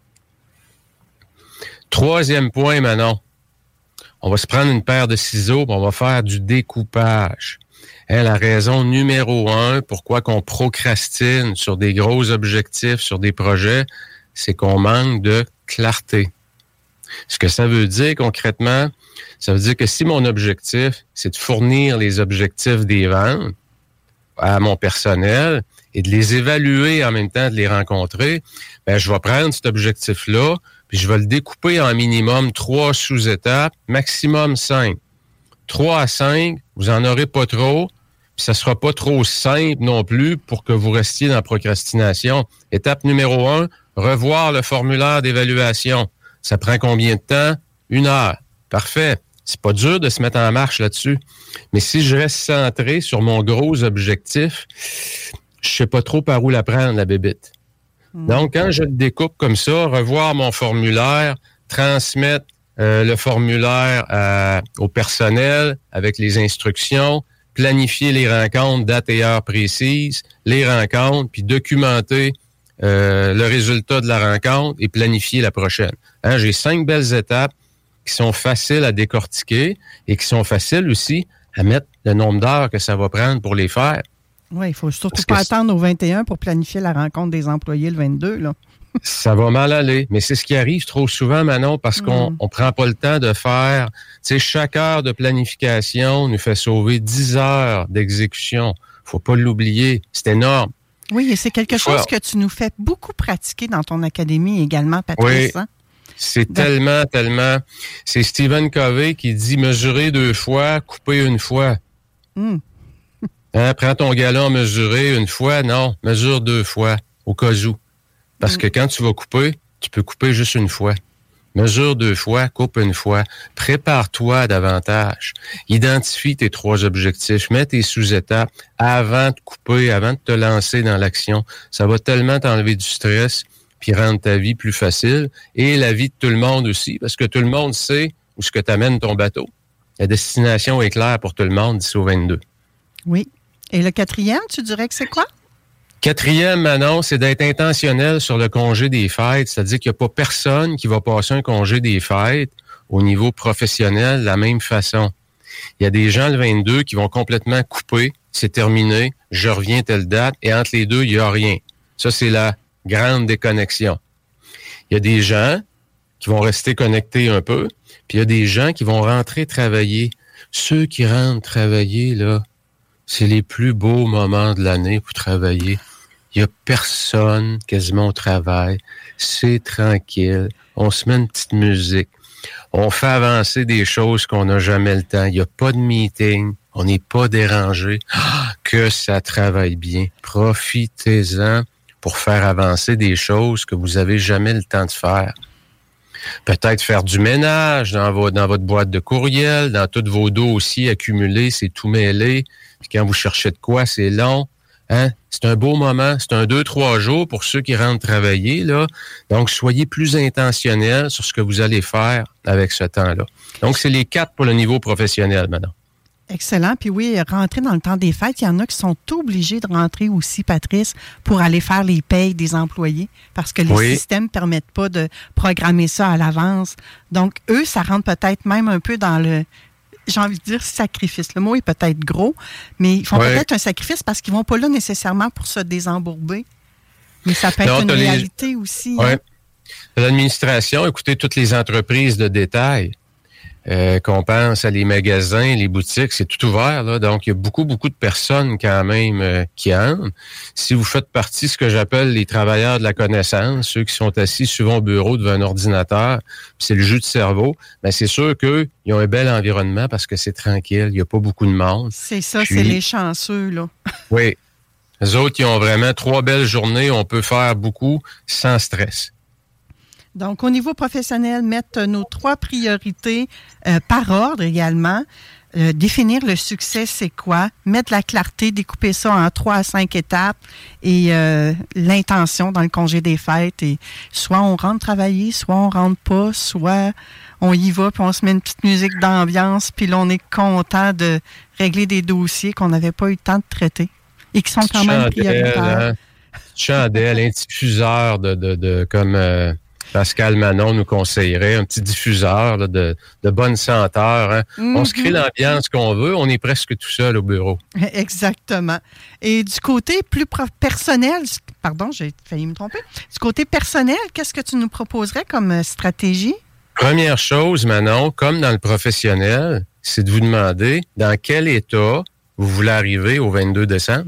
3e point, Manon. On va se prendre une paire de ciseaux et on va faire du découpage. La raison numéro 1, pourquoi qu'on procrastine sur des gros objectifs, sur des projets, c'est qu'on manque de clarté. Ce que ça veut dire concrètement, ça veut dire que si mon objectif, c'est de fournir les objectifs des ventes à mon personnel et de les évaluer en même temps, de les rencontrer, ben je vais prendre cet objectif-là, puis je vais le découper en minimum 3 sous-étapes, maximum 5. 3 à 5, vous en aurez pas trop. Puis puis ça sera pas trop simple non plus pour que vous restiez dans la procrastination. Étape numéro 1, revoir le formulaire d'évaluation. Ça prend combien de temps? 1 heure. Parfait. C'est pas dur de se mettre en marche là-dessus. Mais si je reste centré sur mon gros objectif, je sais pas trop par où la prendre, la bébite. Donc, quand je le découpe comme ça, revoir mon formulaire, transmettre le formulaire au personnel avec les instructions, planifier les rencontres, date et heure précise, les rencontres, puis documenter le résultat de la rencontre et planifier la prochaine. Hein, j'ai 5 belles étapes qui sont faciles à décortiquer et qui sont faciles aussi à mettre le nombre d'heures que ça va prendre pour les faire. Oui, il faut surtout pas attendre au 21 pour planifier la rencontre des employés le 22, là. Ça va mal aller, mais c'est ce qui arrive trop souvent, Manon, parce qu'on prend pas le temps de faire... Tu sais, chaque heure de planification nous fait sauver 10 heures d'exécution. Faut pas l'oublier. C'est énorme. Oui, et c'est quelque chose que tu nous fais beaucoup pratiquer dans ton académie également, Patrice. Oui, c'est tellement... C'est Stephen Covey qui dit « Mesurer 2 fois, couper 1 fois ». Hein, prends ton galon mesurer 1 fois. Non, mesure 2 fois, au cas où. Parce que quand tu vas couper, tu peux couper juste 1 fois. Mesure 2 fois, coupe 1 fois. Prépare-toi davantage. Identifie tes 3 objectifs. Mets tes sous-étapes avant de couper, avant de te lancer dans l'action. Ça va tellement t'enlever du stress puis rendre ta vie plus facile et la vie de tout le monde aussi, parce que tout le monde sait où ce que t'amènes ton bateau. La destination est claire pour tout le monde d'ici au 22. Oui. Et le 4e, tu dirais que c'est quoi? 4e, Manon, c'est d'être intentionnel sur le congé des fêtes. C'est-à-dire qu'il n'y a pas personne qui va passer un congé des fêtes au niveau professionnel de la même façon. Il y a des gens le 22 qui vont complètement couper, c'est terminé, je reviens telle date, et entre les deux, il n'y a rien. Ça, c'est la grande déconnexion. Il y a des gens qui vont rester connectés un peu, puis il y a des gens qui vont rentrer travailler. Ceux qui rentrent travailler, là, c'est les plus beaux moments de l'année pour travailler. Il n'y a personne quasiment au travail. C'est tranquille. On se met une petite musique. On fait avancer des choses qu'on n'a jamais le temps. Il n'y a pas de meeting. On n'est pas dérangé. Que ça travaille bien. Profitez-en pour faire avancer des choses que vous n'avez jamais le temps de faire. Peut-être faire du ménage dans votre boîte de courriel, dans tous vos dossiers accumulés, c'est tout mêlé. Puis quand vous cherchez de quoi, c'est long. Hein? C'est un beau moment. C'est un 2-3 jours pour ceux qui rentrent travailler, là. Donc, soyez plus intentionnels sur ce que vous allez faire avec ce temps-là. Donc, c'est les 4 pour le niveau professionnel, maintenant. Excellent. Puis oui, rentrer dans le temps des fêtes, il y en a qui sont obligés de rentrer aussi, Patrice, pour aller faire les payes des employés parce que les systèmes ne permettent pas de programmer ça à l'avance. Donc, eux, ça rentre peut-être même un peu dans le, j'ai envie de dire, sacrifice. Le mot est peut-être gros, mais ils font peut-être un sacrifice parce qu'ils ne vont pas là nécessairement pour se désembourber. Mais ça peut être une réalité aussi. Oui. Hein? L'administration, écoutez, toutes les entreprises de détail, qu'on pense à les magasins, les boutiques, c'est tout ouvert, là. Donc, il y a beaucoup de personnes quand même qui entrent. Si vous faites partie de ce que j'appelle les travailleurs de la connaissance, ceux qui sont assis souvent au bureau devant un ordinateur, puis c'est le jus de cerveau, bien, c'est sûr qu'eux, ils ont un bel environnement parce que c'est tranquille, il n'y a pas beaucoup de monde. C'est ça, puis, c'est les chanceux, là. Oui. Les autres, ils ont vraiment 3 belles journées, on peut faire beaucoup sans stress. Donc, au niveau professionnel, mettre nos 3 priorités par ordre également. Définir le succès, c'est quoi? Mettre la clarté, découper ça en 3 à 5 étapes et l'intention dans le congé des fêtes. Et soit on rentre travailler, soit on rentre pas, soit on y va puis on se met une petite musique d'ambiance puis là, on est content de régler des dossiers qu'on n'avait pas eu le temps de traiter et qui sont quand même prioritaires. Chandelle, un diffuseur de comme... Pascal Manon nous conseillerait un petit diffuseur là, de bonne senteur. Hein? On se crée l'ambiance qu'on veut, on est presque tout seul au bureau. Exactement. Et du côté plus personnel, pardon, j'ai failli me tromper. Du côté personnel, qu'est-ce que tu nous proposerais comme stratégie? Première chose, Manon, comme dans le professionnel, c'est de vous demander dans quel état vous voulez arriver au 22 décembre.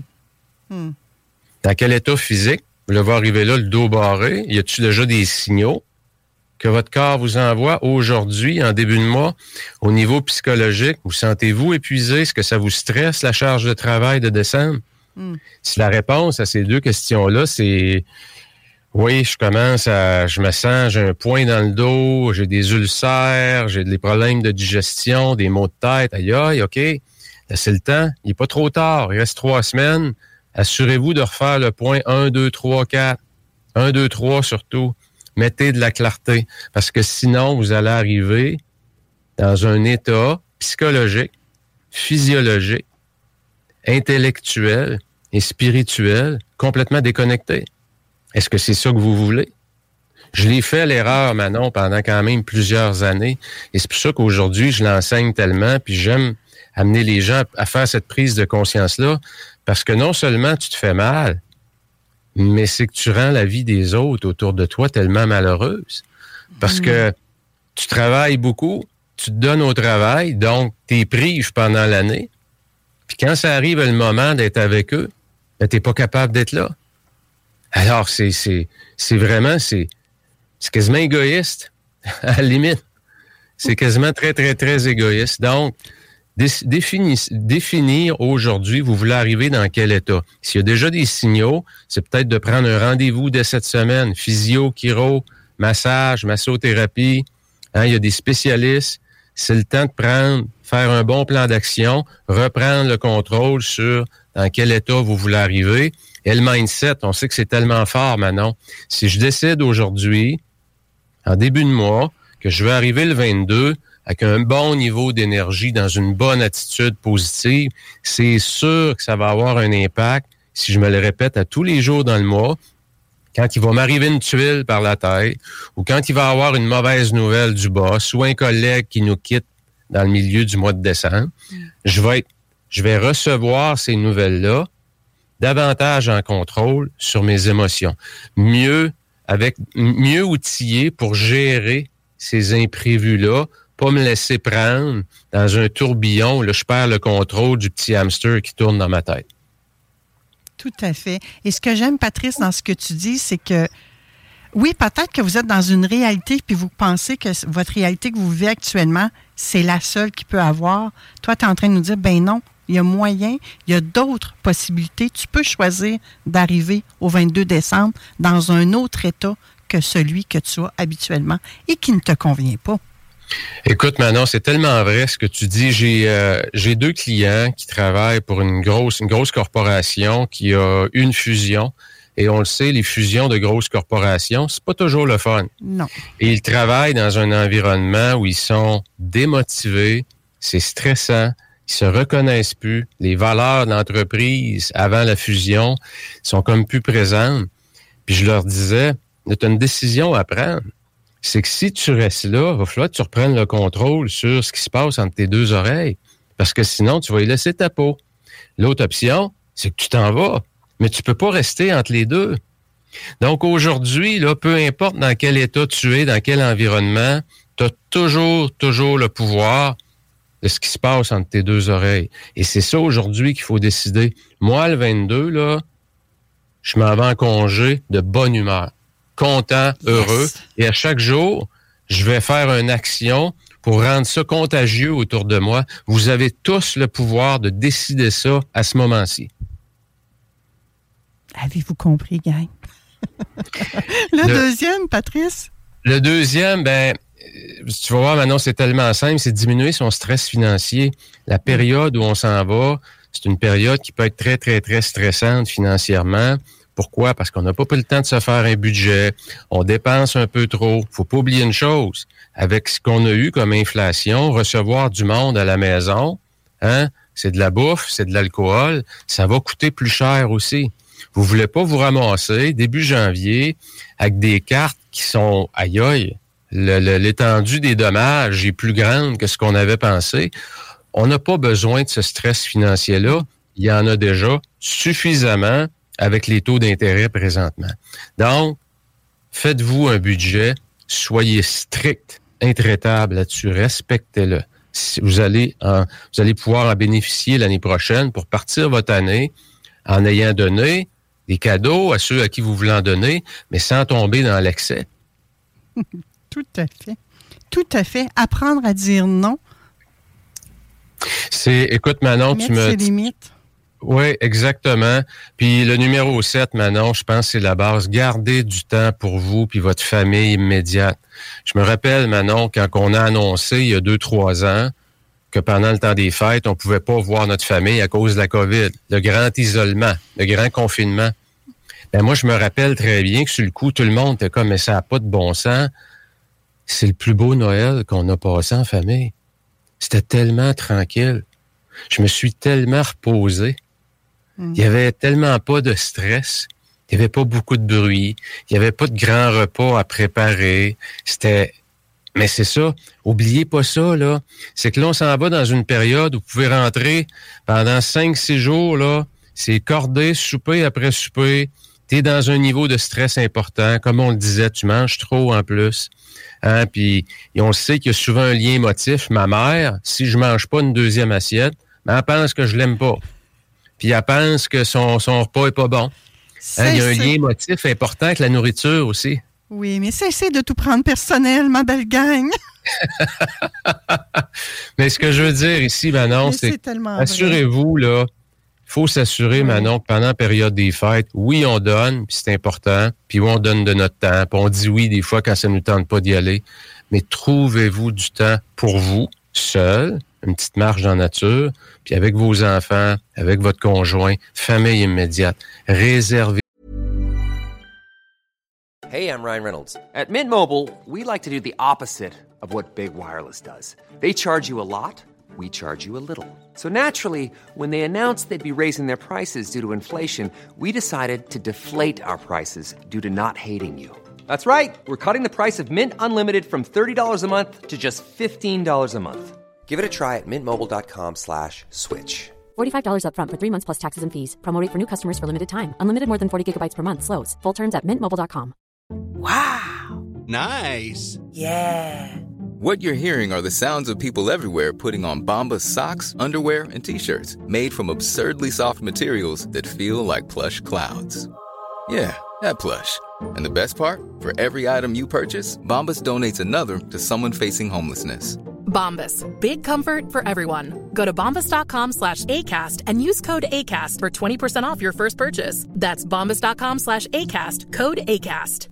Dans quel état physique? Vous le voir arriver là, le dos barré. Y a-t-il déjà des signaux que votre corps vous envoie aujourd'hui, en début de mois, au niveau psychologique? Vous sentez-vous épuisé? Est-ce que ça vous stresse, la charge de travail de décembre? Si la réponse à ces deux questions-là, c'est oui, je me sens, j'ai un poing dans le dos, j'ai des ulcères, j'ai des problèmes de digestion, des maux de tête. Aïe, aïe, OK. Laissez le temps. Il n'est pas trop tard. Il reste 3 semaines. Assurez-vous de refaire le point 1, 2, 3, 4. 1, 2, 3 surtout. Mettez de la clarté. Parce que sinon, vous allez arriver dans un état psychologique, physiologique, intellectuel et spirituel complètement déconnecté. Est-ce que c'est ça que vous voulez? Je l'ai fait l'erreur, Manon, pendant quand même plusieurs années. Et c'est pour ça qu'aujourd'hui, je l'enseigne tellement, puis j'aime amener les gens à faire cette prise de conscience-là, parce que non seulement tu te fais mal, mais c'est que tu rends la vie des autres autour de toi tellement malheureuse. Parce que tu travailles beaucoup, tu te donnes au travail, donc t'es prives pendant l'année. Puis quand ça arrive le moment d'être avec eux, ben, t'es pas capable d'être là. Alors, c'est vraiment, c'est quasiment égoïste, à la limite. C'est quasiment très, très, très égoïste. Donc, définir aujourd'hui, vous voulez arriver dans quel état. S'il y a déjà des signaux, c'est peut-être de prendre un rendez-vous dès cette semaine. Physio, chiro, massage, massothérapie. Hein, il y a des spécialistes. C'est le temps de faire un bon plan d'action, reprendre le contrôle sur dans quel état vous voulez arriver. Et le mindset, on sait que c'est tellement fort, Manon. Si je décide aujourd'hui, en début de mois, que je vais arriver le 22 avec un bon niveau d'énergie, dans une bonne attitude positive, c'est sûr que ça va avoir un impact, si je me le répète à tous les jours dans le mois, quand il va m'arriver une tuile par la tête, ou quand il va y avoir une mauvaise nouvelle du boss, ou un collègue qui nous quitte dans le milieu du mois de décembre, je vais recevoir ces nouvelles-là davantage en contrôle sur mes émotions. Mieux outillé pour gérer ces imprévus-là, pas me laisser prendre dans un tourbillon où là, je perds le contrôle du petit hamster qui tourne dans ma tête. Tout à fait. Et ce que j'aime, Patrice, dans ce que tu dis, c'est que oui, peut-être que vous êtes dans une réalité puis vous pensez que votre réalité que vous vivez actuellement, c'est la seule qui peut avoir. Toi, tu es en train de nous dire, ben non, il y a moyen, il y a d'autres possibilités. Tu peux choisir d'arriver au 22 décembre dans un autre état que celui que tu as habituellement et qui ne te convient pas. Écoute, Manon, c'est tellement vrai ce que tu dis. J'ai 2 clients qui travaillent pour une grosse corporation qui a une fusion. Et on le sait, les fusions de grosses corporations, c'est pas toujours le fun. Non. Et ils travaillent dans un environnement où ils sont démotivés, c'est stressant, ils se reconnaissent plus. Les valeurs de l'entreprise avant la fusion sont comme plus présentes. Puis je leur disais, tu as une décision à prendre. C'est que si tu restes là, il va falloir que tu reprennes le contrôle sur ce qui se passe entre tes 2 oreilles. Parce que sinon, tu vas y laisser ta peau. L'autre option, c'est que tu t'en vas. Mais tu peux pas rester entre les deux. Donc aujourd'hui, là, peu importe dans quel état tu es, dans quel environnement, tu as toujours le pouvoir de ce qui se passe entre tes 2 oreilles. Et c'est ça aujourd'hui qu'il faut décider. Moi, le 22, là, je m'en vais en congé de bonne humeur. Content, heureux. Yes. Et à chaque jour, je vais faire une action pour rendre ça contagieux autour de moi. Vous avez tous le pouvoir de décider ça à ce moment-ci. Avez-vous compris, gang? Le deuxième, Patrice? Le deuxième, tu vas voir, maintenant, c'est tellement simple, c'est diminuer son stress financier. La période où on s'en va, c'est une période qui peut être très, très, très stressante financièrement. Pourquoi? Parce qu'on n'a pas pris le temps de se faire un budget. On dépense un peu trop. Faut pas oublier une chose. Avec ce qu'on a eu comme inflation, recevoir du monde à la maison, hein, c'est de la bouffe, c'est de l'alcool, ça va coûter plus cher aussi. Vous voulez pas vous ramasser début janvier avec des cartes qui sont aïe, l'étendue des dommages est plus grande que ce qu'on avait pensé. On n'a pas besoin de ce stress financier-là. Il y en a déjà suffisamment avec les taux d'intérêt présentement. Donc, faites-vous un budget, soyez strict, intraitable là-dessus, respectez-le. Vous allez pouvoir en bénéficier l'année prochaine pour partir votre année en ayant donné des cadeaux à ceux à qui vous voulez en donner, mais sans tomber dans l'excès. Tout à fait. Tout à fait. Apprendre à dire non. Écoute, Manon, Mettre ses limites. Oui, exactement. Puis le numéro 7, Manon, je pense que c'est la base. Gardez du temps pour vous puis votre famille immédiate. Je me rappelle, Manon, quand on a annoncé il y a 2-3 ans que pendant le temps des fêtes, on pouvait pas voir notre famille à cause de la COVID, le grand isolement, le grand confinement. Ben moi, je me rappelle très bien que sur le coup, tout le monde était comme « mais ça n'a pas de bon sens ». C'est le plus beau Noël qu'on a passé en famille. C'était tellement tranquille. Je me suis tellement reposé. Il n'y avait tellement pas de stress. Il n'y avait pas beaucoup de bruit. Il n'y avait pas de grands repas à préparer. Mais c'est ça. Oubliez pas ça, là. C'est que là, on s'en va dans une période où vous pouvez rentrer pendant 5-6 jours, là. C'est cordé, souper après souper. T'es dans un niveau de stress important. Comme on le disait, tu manges trop en plus. Hein? Puis on sait qu'il y a souvent un lien émotif. Ma mère, si je mange pas une deuxième assiette, ben, elle pense que je l'aime pas. Puis elle pense que son repas est pas bon. Hein? Il y a un lien émotif important avec la nourriture aussi. Oui, mais cessez de tout prendre personnel, ma belle gang. Mais ce que je veux dire ici, Manon, c'est assurez-vous, là, il faut s'assurer, Manon, que pendant la période des fêtes, oui, on donne, puis c'est important, puis oui, on donne de notre temps, puis on dit oui des fois quand ça ne nous tente pas d'y aller, mais trouvez-vous du temps pour vous, seul, une petite marche dans la nature, puis avec vos enfants, avec votre conjoint, famille immédiate. Réservez. Hey, I'm Ryan Reynolds. At Mint Mobile, we like to do the opposite of what Big Wireless does. They charge you a lot, we charge you a little. So naturally, when they announced they'd be raising their prices due to inflation, we decided to deflate our prices due to not hating you. That's right. We're cutting the price of Mint Unlimited from $30 a month to just $15 a month. Give it a try at mintmobile.com/switch. $45 up front for 3 months plus taxes and fees. Promo rate for new customers for limited time. Unlimited more than 40 gigabytes per month. Slows full terms at mintmobile.com. Wow. Nice. Yeah. What you're hearing are the sounds of people everywhere putting on Bombas socks, underwear, and T-shirts made from absurdly soft materials that feel like plush clouds. Yeah, that plush. And the best part? For every item you purchase, Bombas donates another to someone facing homelessness. Bombas. Big comfort for everyone. Go to bombas.com/ACAST and use code ACAST for 20% off your first purchase. That's bombas.com/ACAST. Code ACAST.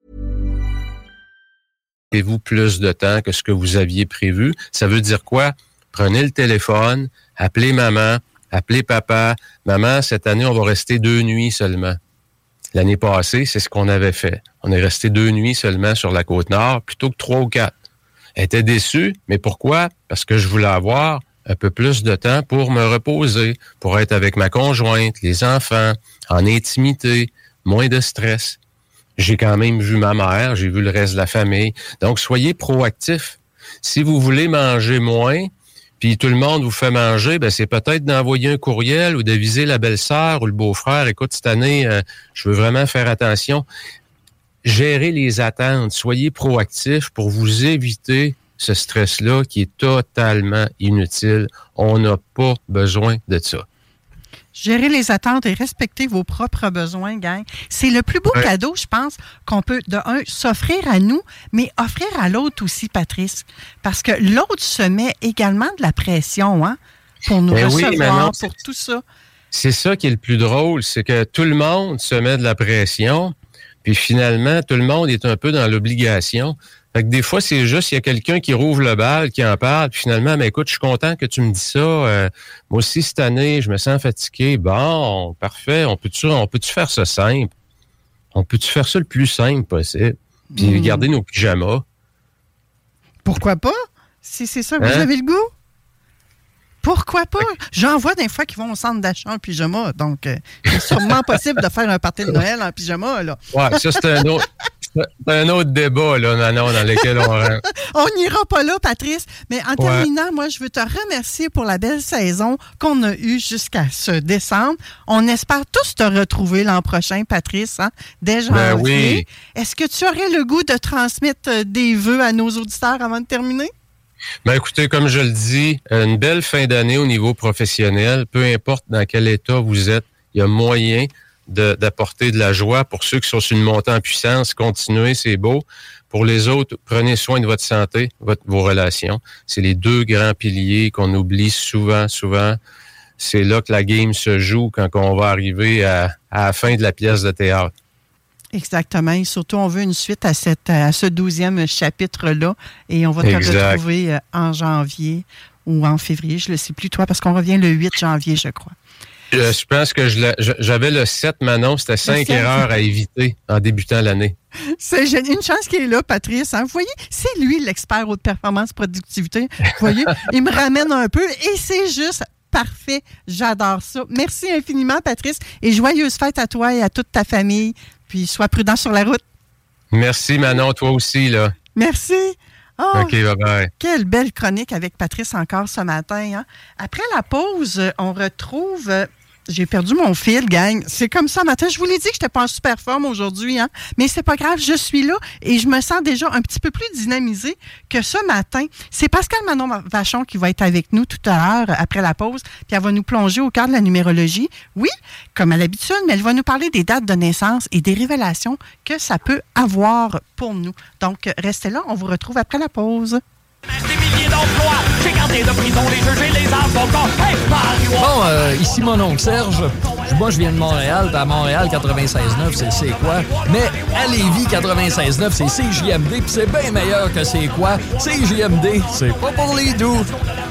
Avez-vous plus de temps que ce que vous aviez prévu? Ça veut dire quoi? Prenez le téléphone, appelez maman, appelez papa. Maman, cette année, on va rester 2 nuits seulement. L'année passée, c'est ce qu'on avait fait. On est resté 2 nuits seulement sur la Côte-Nord plutôt que 3 ou 4. Elle était déçue, mais pourquoi? Parce que je voulais avoir un peu plus de temps pour me reposer, pour être avec ma conjointe, les enfants, en intimité, moins de stress. J'ai quand même vu ma mère, j'ai vu le reste de la famille. Donc, soyez proactifs. Si vous voulez manger moins, puis tout le monde vous fait manger, ben c'est peut-être d'envoyer un courriel ou d'aviser la belle-sœur ou le beau-frère. Écoute, cette année, je veux vraiment faire attention. Gérez les attentes, soyez proactifs pour vous éviter ce stress-là qui est totalement inutile. On n'a pas besoin de ça. Gérer les attentes et respecter vos propres besoins, gang. C'est le plus beau cadeau, je pense, qu'on peut, de un, s'offrir à nous, mais offrir à l'autre aussi, Patrice. Parce que l'autre se met également de la pression, hein, pour nous recevoir, pour tout ça. C'est ça qui est le plus drôle, c'est que tout le monde se met de la pression, puis finalement, tout le monde est un peu dans l'obligation. Fait que des fois, c'est juste, il y a quelqu'un qui rouvre le bal, qui en parle, puis finalement, mais écoute, je suis content que tu me dis ça. Moi aussi, cette année, je me sens fatigué. Bon, parfait. On peut-tu faire ça simple? On peut-tu faire ça le plus simple possible? Puis garder nos pyjamas? Pourquoi pas? Si c'est ça que vous avez le goût? Pourquoi pas? J'en vois des fois qui vont au centre d'achat en pyjama, donc c'est sûrement possible de faire un party de Noël en pyjama, là. Ouais, ça, c'est un autre débat, là, Manon, dans lequel on rentre. On n'ira pas là, Patrice. Mais en terminant, moi, je veux te remercier pour la belle saison qu'on a eue jusqu'à ce décembre. On espère tous te retrouver l'an prochain, Patrice, hein, dès janvier. Ben oui. Est-ce que tu aurais le goût de transmettre des vœux à nos auditeurs avant de terminer? Ben écoutez, comme je le dis, une belle fin d'année au niveau professionnel. Peu importe dans quel état vous êtes, il y a moyen d'apporter de la joie. Pour ceux qui sont sur une montée en puissance, continuez, c'est beau. Pour les autres, prenez soin de votre santé, vos relations. C'est les deux grands piliers qu'on oublie souvent. C'est là que la game se joue quand on va arriver à la fin de la pièce de théâtre. Exactement. Et surtout, on veut une suite à ce 12e chapitre-là. Et on va te retrouver en janvier ou en février. Je ne le sais plus, toi, parce qu'on revient le 8 janvier, je crois. Je pense que j'avais le 7, Manon. C'était 5 erreurs à éviter en débutant l'année. J'ai une chance qu'il est là, Patrice. Hein? Vous voyez, c'est lui l'expert haute performance productivité. Vous voyez, il me ramène un peu et c'est juste parfait. J'adore ça. Merci infiniment, Patrice. Et joyeuse fête à toi et à toute ta famille. Puis sois prudent sur la route. Merci, Manon. Toi aussi, là. Merci. Oh, OK, bye-bye. Quelle belle chronique avec Patrice encore ce matin. Hein? Après la pause, on retrouve... J'ai perdu mon fil, gang. C'est comme ça matin. Je vous l'ai dit que je n'étais pas en super forme aujourd'hui, hein? Mais c'est pas grave, je suis là et je me sens déjà un petit peu plus dynamisée que ce matin. C'est Pascal Manon Vachon qui va être avec nous tout à l'heure après la pause, puis elle va nous plonger au cœur de la numérologie. Oui, comme à l'habitude, mais elle va nous parler des dates de naissance et des révélations que ça peut avoir pour nous. Donc, restez là, on vous retrouve après la pause. Bon, ici mon oncle Serge. Moi, je viens de Montréal. À Montréal, 96.9, c'est quoi? Mais à Lévis, 96.9, c'est CJMD. Puis c'est bien meilleur que c'est quoi? CJMD, c'est pas pour les doux.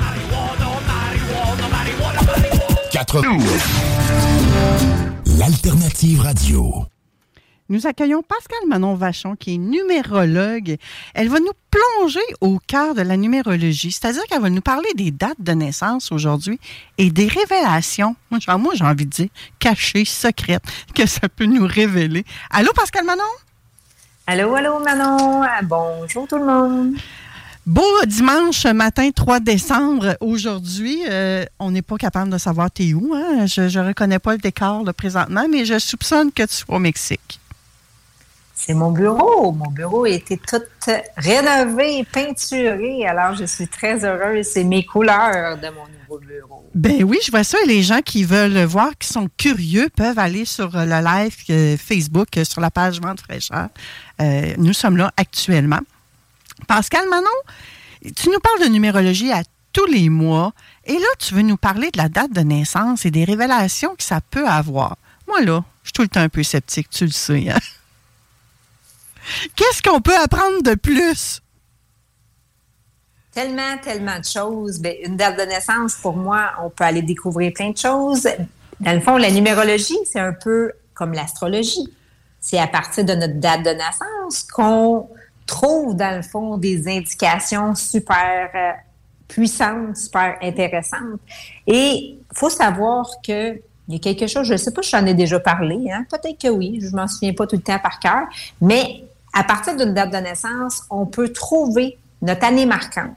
92. L'alternative radio. Nous accueillons Pascal Manon Vachon, qui est numérologue. Elle va nous plonger au cœur de la numérologie, c'est-à-dire qu'elle va nous parler des dates de naissance aujourd'hui et des révélations, moi j'ai envie de dire, cachées, secrètes, que ça peut nous révéler. Allô, Pascal Manon? Allô, Manon. Bonjour tout le monde. Beau dimanche matin, 3 décembre. Aujourd'hui, on n'est pas capable de savoir t'es où. Hein? Je ne reconnais pas le décor là, présentement, mais je soupçonne que tu sois au Mexique. C'est mon bureau. Mon bureau a été tout rénové, peinturé. Alors, je suis très heureuse. C'est mes couleurs de mon nouveau bureau. Ben oui, je vois ça. Et les gens qui veulent voir, qui sont curieux, peuvent aller sur le live Facebook, sur la page Vente fraîcheur. Nous sommes là actuellement. Pascal Manon, tu nous parles de numérologie à tous les mois. Et là, tu veux nous parler de la date de naissance et des révélations que ça peut avoir. Moi, là, je suis tout le temps un peu sceptique, tu le sais. Hein? Qu'est-ce qu'on peut apprendre de plus? Tellement de choses. Bien, une date de naissance, pour moi, on peut aller découvrir plein de choses. Dans le fond, la numérologie, c'est un peu comme l'astrologie. C'est à partir de notre date de naissance qu'on trouve, dans le fond, des indications super puissantes, super intéressantes. Et il faut savoir que il y a quelque chose, je ne sais pas si j'en ai déjà parlé, hein? Peut-être que oui, je ne m'en souviens pas tout le temps par cœur, mais à partir d'une date de naissance, on peut trouver notre année marquante.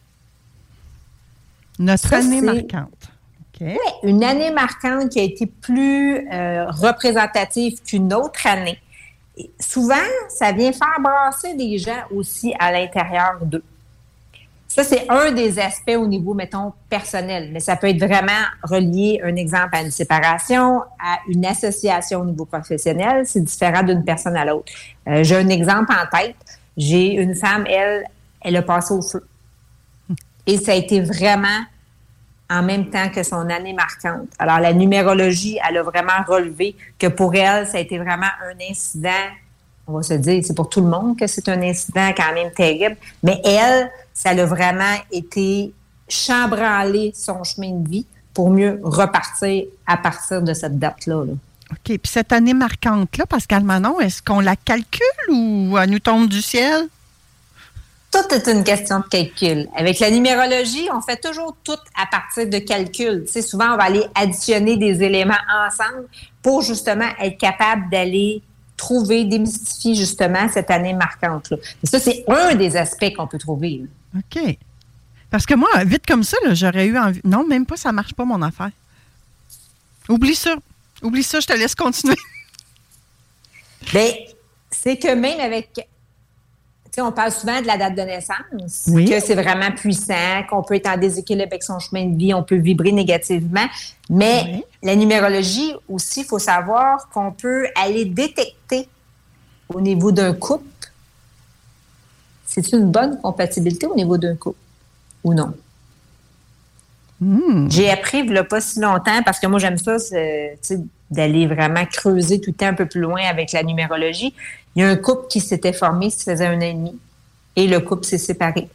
Notre année marquante. Okay. Oui, une année marquante qui a été plus représentative qu'une autre année. Et souvent, ça vient faire brasser des gens aussi à l'intérieur d'eux. Ça, c'est un des aspects au niveau, mettons, personnel. Mais ça peut être vraiment relié, un exemple, à une séparation, à une association au niveau professionnel. C'est différent d'une personne à l'autre. J'ai un exemple en tête. J'ai une femme, elle a passé au feu. Et ça a été vraiment en même temps que son année marquante. Alors, la numérologie, elle a vraiment relevé que pour elle, ça a été vraiment un incident. On va se dire, c'est pour tout le monde que c'est un incident quand même terrible. Mais elle, ça a vraiment été chambranler son chemin de vie pour mieux repartir à partir de cette date-là. Là. OK. Puis cette année marquante-là, Pascal Manon, est-ce qu'on la calcule ou elle nous tombe du ciel? Tout est une question de calcul. Avec la numérologie, on fait toujours tout à partir de calculs. Tu sais, souvent, on va aller additionner des éléments ensemble pour justement être capable d'aller trouver, démystifier justement cette année marquante-là. Et ça, c'est un des aspects qu'on peut trouver. Là. OK. Parce que moi, vite comme ça, là, j'aurais eu envie... Non, même pas, ça marche pas, mon affaire. Oublie ça. Oublie ça, je te laisse continuer. Bien, c'est que même avec on parle souvent de la date de naissance, Oui. que c'est vraiment puissant, qu'on peut être en déséquilibre avec son chemin de vie, on peut vibrer négativement. Mais la numérologie aussi, il faut savoir qu'on peut aller détecter au niveau d'un couple, c'est une bonne compatibilité au niveau d'un couple ou non. J'ai appris il n'y a pas si longtemps, parce que moi j'aime ça, d'aller vraiment creuser tout le temps un peu plus loin avec la numérologie. Il y a un couple qui s'était formé, ça faisait 1 an et demi, et le couple s'est séparé.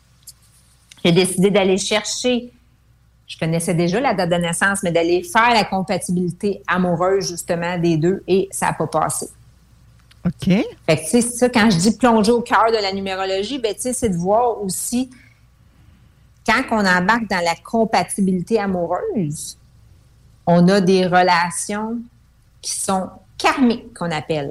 J'ai décidé d'aller chercher, je connaissais déjà la date de naissance, mais d'aller faire la compatibilité amoureuse justement des deux, et ça n'a pas passé. OK. Fait que, tu sais, ça, quand je dis plonger au cœur de la numérologie, ben, tu sais, c'est de voir aussi, quand on embarque dans la compatibilité amoureuse, on a des relations qui sont karmiques, qu'on appelle.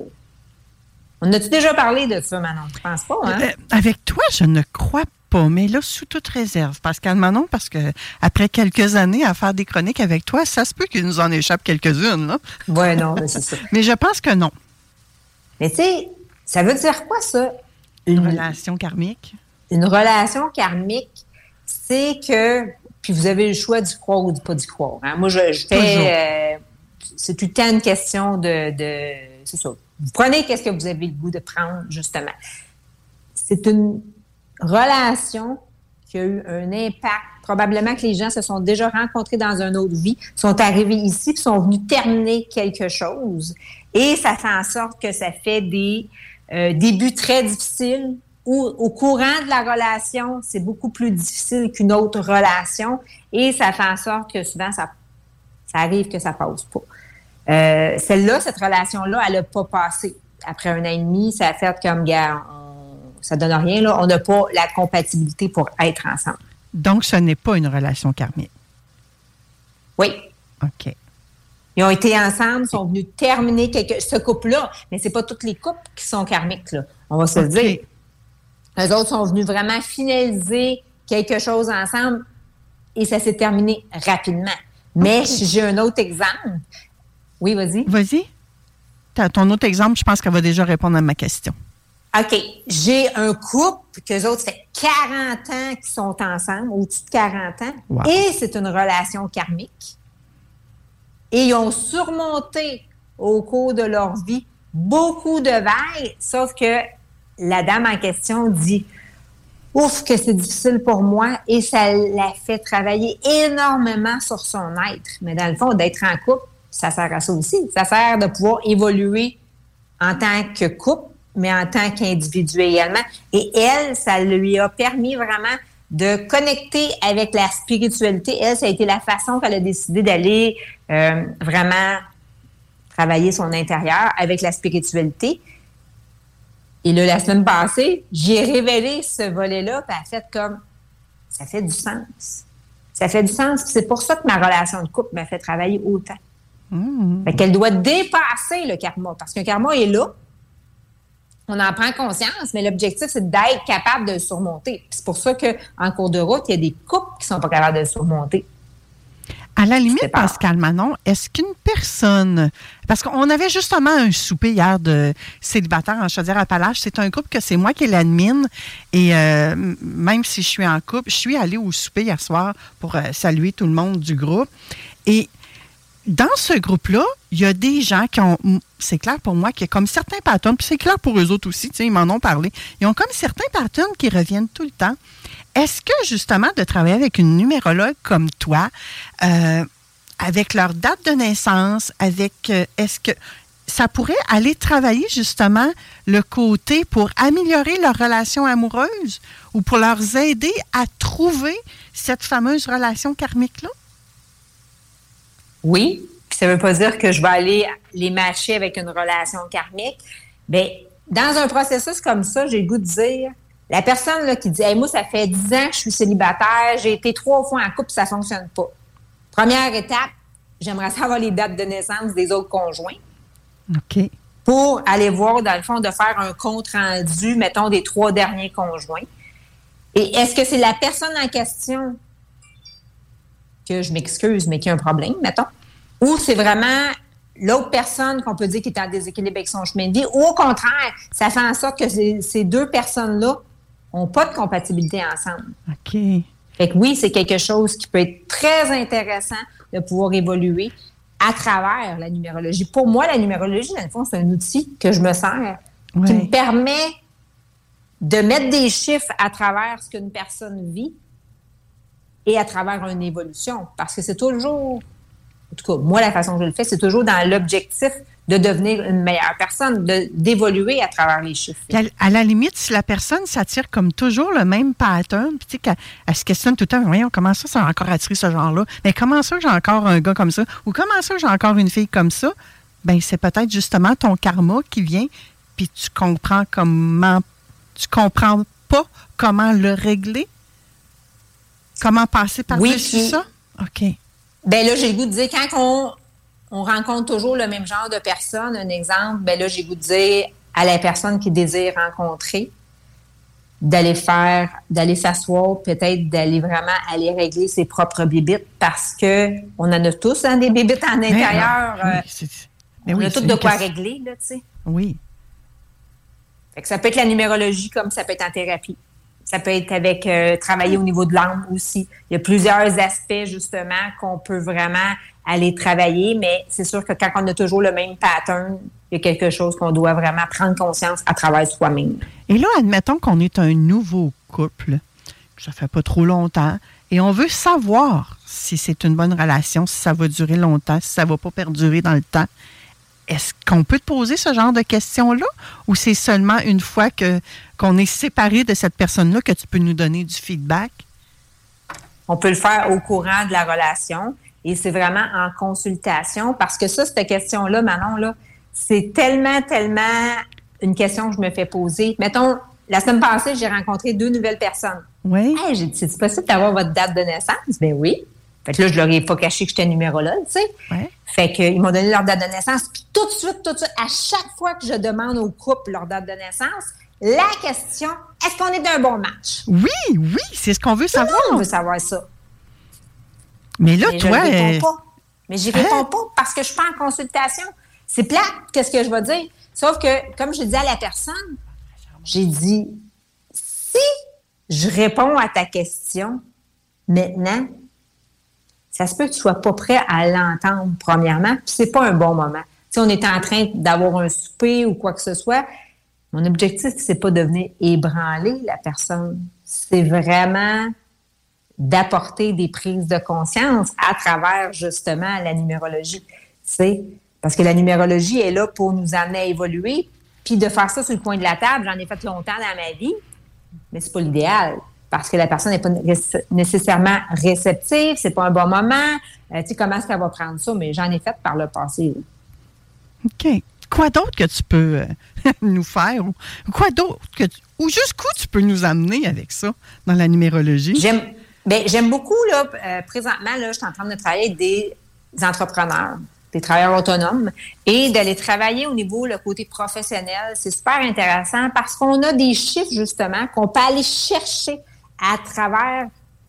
On a-tu déjà parlé de ça, Manon? Je pense pas, hein? Avec toi, je ne crois pas, mais là, sous toute réserve. Pascal Manon, parce que après quelques années à faire des chroniques avec toi, ça se peut qu'il nous en échappe quelques-unes, là. Oui, non, mais c'est ça. Mais je pense que non. Mais tu sais, ça veut dire quoi, ça? Une relation karmique? Une relation karmique, c'est que... Puis vous avez le choix d'y croire ou de pas d'y croire. Hein? Moi, je fais... c'est tout le temps une question de c'est ça. Vous prenez qu'est-ce que vous avez le goût de prendre, justement. C'est une relation qui a eu un impact. Probablement que les gens se sont déjà rencontrés dans une autre vie, sont arrivés ici, puis sont venus terminer quelque chose. Et ça fait en sorte que ça fait des débuts très difficiles, où au courant de la relation, c'est beaucoup plus difficile qu'une autre relation. Et ça fait en sorte que souvent, ça arrive que ça passe pas. Celle-là, cette relation-là, elle n'a pas passé. Après 1 an et demi, ça a fait comme, gars, ça donne rien, là. On n'a pas la compatibilité pour être ensemble. Donc, ce n'est pas une relation karmique? Oui. OK. Ils ont été ensemble, sont venus terminer ce couple-là. Mais c'est pas tous les couples qui sont karmiques, là. On va se le dire. Eux autres sont venus vraiment finaliser quelque chose ensemble et ça s'est terminé rapidement. Mais si j'ai un autre exemple... Oui, vas-y. Vas-y. Ton autre exemple, je pense qu'elle va déjà répondre à ma question. OK. J'ai un couple qu'eux autres, ça fait 40 ans qu'ils sont ensemble, au-dessus de 40 ans. Wow. Et c'est une relation karmique. Et ils ont surmonté au cours de leur vie beaucoup de vagues, sauf que la dame en question dit « Ouf, que c'est difficile pour moi » et ça l'a fait travailler énormément sur son être. Mais dans le fond, d'être en couple, ça sert à ça aussi. Ça sert de pouvoir évoluer en tant que couple, mais en tant qu'individu également. Et elle, ça lui a permis vraiment de connecter avec la spiritualité. Elle, ça a été la façon qu'elle a décidé d'aller vraiment travailler son intérieur avec la spiritualité. Et là, la semaine passée, j'ai révélé ce volet-là, puis elle a fait comme, ça fait du sens. Ça fait du sens. C'est pour ça que ma relation de couple m'a fait travailler autant. Fait qu'elle doit dépasser le karma, parce qu'un karma est là. On en prend conscience, mais l'objectif, c'est d'être capable de le surmonter. Puis c'est pour ça qu'en cours de route, il y a des couples qui ne sont pas capables de le surmonter. À la limite, Pascal Manon, est-ce qu'une personne... Parce qu'on avait justement un souper hier de célibataires en Chaudière-Appalaches. C'est un couple que c'est moi qui l'admine. Et même si je suis en couple, je suis allée au souper hier soir pour saluer tout le monde du groupe. Et dans ce groupe-là, il y a des gens qui ont... C'est clair pour moi qu'il y a comme certains patterns, puis c'est clair pour eux autres aussi, ils m'en ont parlé. Ils ont comme certains patterns qui reviennent tout le temps. Est-ce que, justement, de travailler avec une numérologue comme toi, avec leur date de naissance, est-ce que ça pourrait aller travailler, justement, le côté pour améliorer leur relation amoureuse ou pour leur aider à trouver cette fameuse relation karmique-là? Oui. Ça ne veut pas dire que je vais aller les matcher avec une relation karmique. Bien, dans un processus comme ça, j'ai le goût de dire, la personne là, qui dit hey, « moi, ça fait 10 ans que je suis célibataire, j'ai été 3 fois en couple, ça ne fonctionne pas. » Première étape, j'aimerais savoir les dates de naissance des autres conjoints. OK. Pour aller voir, dans le fond, de faire un compte rendu, mettons, des 3 derniers conjoints. Et est-ce que c'est la personne en question que je m'excuse, mais qui a un problème, mettons? Ou c'est vraiment l'autre personne qu'on peut dire qui est en déséquilibre avec son chemin de vie, ou au contraire, ça fait en sorte que ces deux personnes-là n'ont pas de compatibilité ensemble. OK. Fait que oui, c'est quelque chose qui peut être très intéressant de pouvoir évoluer à travers la numérologie. Pour moi, la numérologie, dans le fond, c'est un outil que je me sers qui me permet de mettre des chiffres à travers ce qu'une personne vit et à travers une évolution. Parce que c'est toujours, en tout cas, moi, la façon que je le fais, c'est toujours dans l'objectif de devenir une meilleure personne, d'évoluer à travers les chiffres. À la limite, si la personne s'attire comme toujours le même pattern, puis tu sais, qu'elle se questionne tout le temps, voyons, comment ça a encore attiré ce genre-là? Mais comment ça j'ai encore un gars comme ça? Ou comment ça j'ai encore une fille comme ça? Bien, c'est peut-être justement ton karma qui vient, puis tu comprends pas comment le régler? Comment passer par-dessus ça? OK. Bien là, j'ai le goût de dire, quand on rencontre toujours le même genre de personne, un exemple, bien là, j'ai le goût de dire à la personne qui désire rencontrer, d'aller s'asseoir, peut-être d'aller vraiment aller régler ses propres bébites, parce que on en a tous des bébites en intérieur. On a tout de quoi régler, là, tu sais. Oui. Fait que ça peut être la numérologie comme ça peut être en thérapie. Ça peut être avec travailler au niveau de l'âme aussi. Il y a plusieurs aspects, justement, qu'on peut vraiment aller travailler, mais c'est sûr que quand on a toujours le même pattern, il y a quelque chose qu'on doit vraiment prendre conscience à travers soi-même. Et là, admettons qu'on est un nouveau couple, ça fait pas trop longtemps, et on veut savoir si c'est une bonne relation, si ça va durer longtemps, si ça va pas perdurer dans le temps. Est-ce qu'on peut te poser ce genre de questions-là, ou c'est seulement une fois qu'on est séparé de cette personne-là que tu peux nous donner du feedback? On peut le faire au courant de la relation et c'est vraiment en consultation parce que ça, cette question-là, Manon, là, c'est tellement une question que je me fais poser. Mettons, la semaine passée, j'ai rencontré 2 nouvelles personnes. Oui. Hey, j'ai dit, c'est possible d'avoir votre date de naissance? Ben oui. Fait que là, je leur ai pas caché que j'étais numérologue, tu sais. Ouais. Fait qu'ils m'ont donné leur date de naissance. Puis tout de suite, à chaque fois que je demande au couple leur date de naissance, la question, est-ce qu'on est d'un bon match? Oui, c'est ce qu'on veut savoir. On veut savoir ça. Mais là, toi... Je réponds pas. Mais j'y réponds pas parce que je suis pas en consultation. C'est plate, qu'est-ce que je vais dire? Sauf que, comme je dis à la personne, j'ai dit, si je réponds à ta question maintenant, ça se peut que tu sois pas prêt à l'entendre, premièrement, puis c'est pas un bon moment. Si on est en train d'avoir un souper ou quoi que ce soit, mon objectif, c'est pas de venir ébranler la personne. C'est vraiment d'apporter des prises de conscience à travers, justement, la numérologie. Tu sais, parce que la numérologie est là pour nous amener à évoluer, puis de faire ça sur le coin de la table, j'en ai fait longtemps dans ma vie, mais c'est pas l'idéal. Parce que la personne n'est pas nécessairement réceptive, c'est pas un bon moment. Tu sais, comment est-ce qu'elle va prendre ça? Mais j'en ai fait par le passé. OK. Quoi d'autre que tu peux nous faire? Ou quoi d'autre ou jusqu'où tu peux nous amener avec ça dans la numérologie? J'aime beaucoup, là, présentement, là, je suis en train de travailler avec des entrepreneurs, des travailleurs autonomes, et d'aller travailler au niveau, le côté professionnel. C'est super intéressant parce qu'on a des chiffres, justement, qu'on peut aller chercher à travers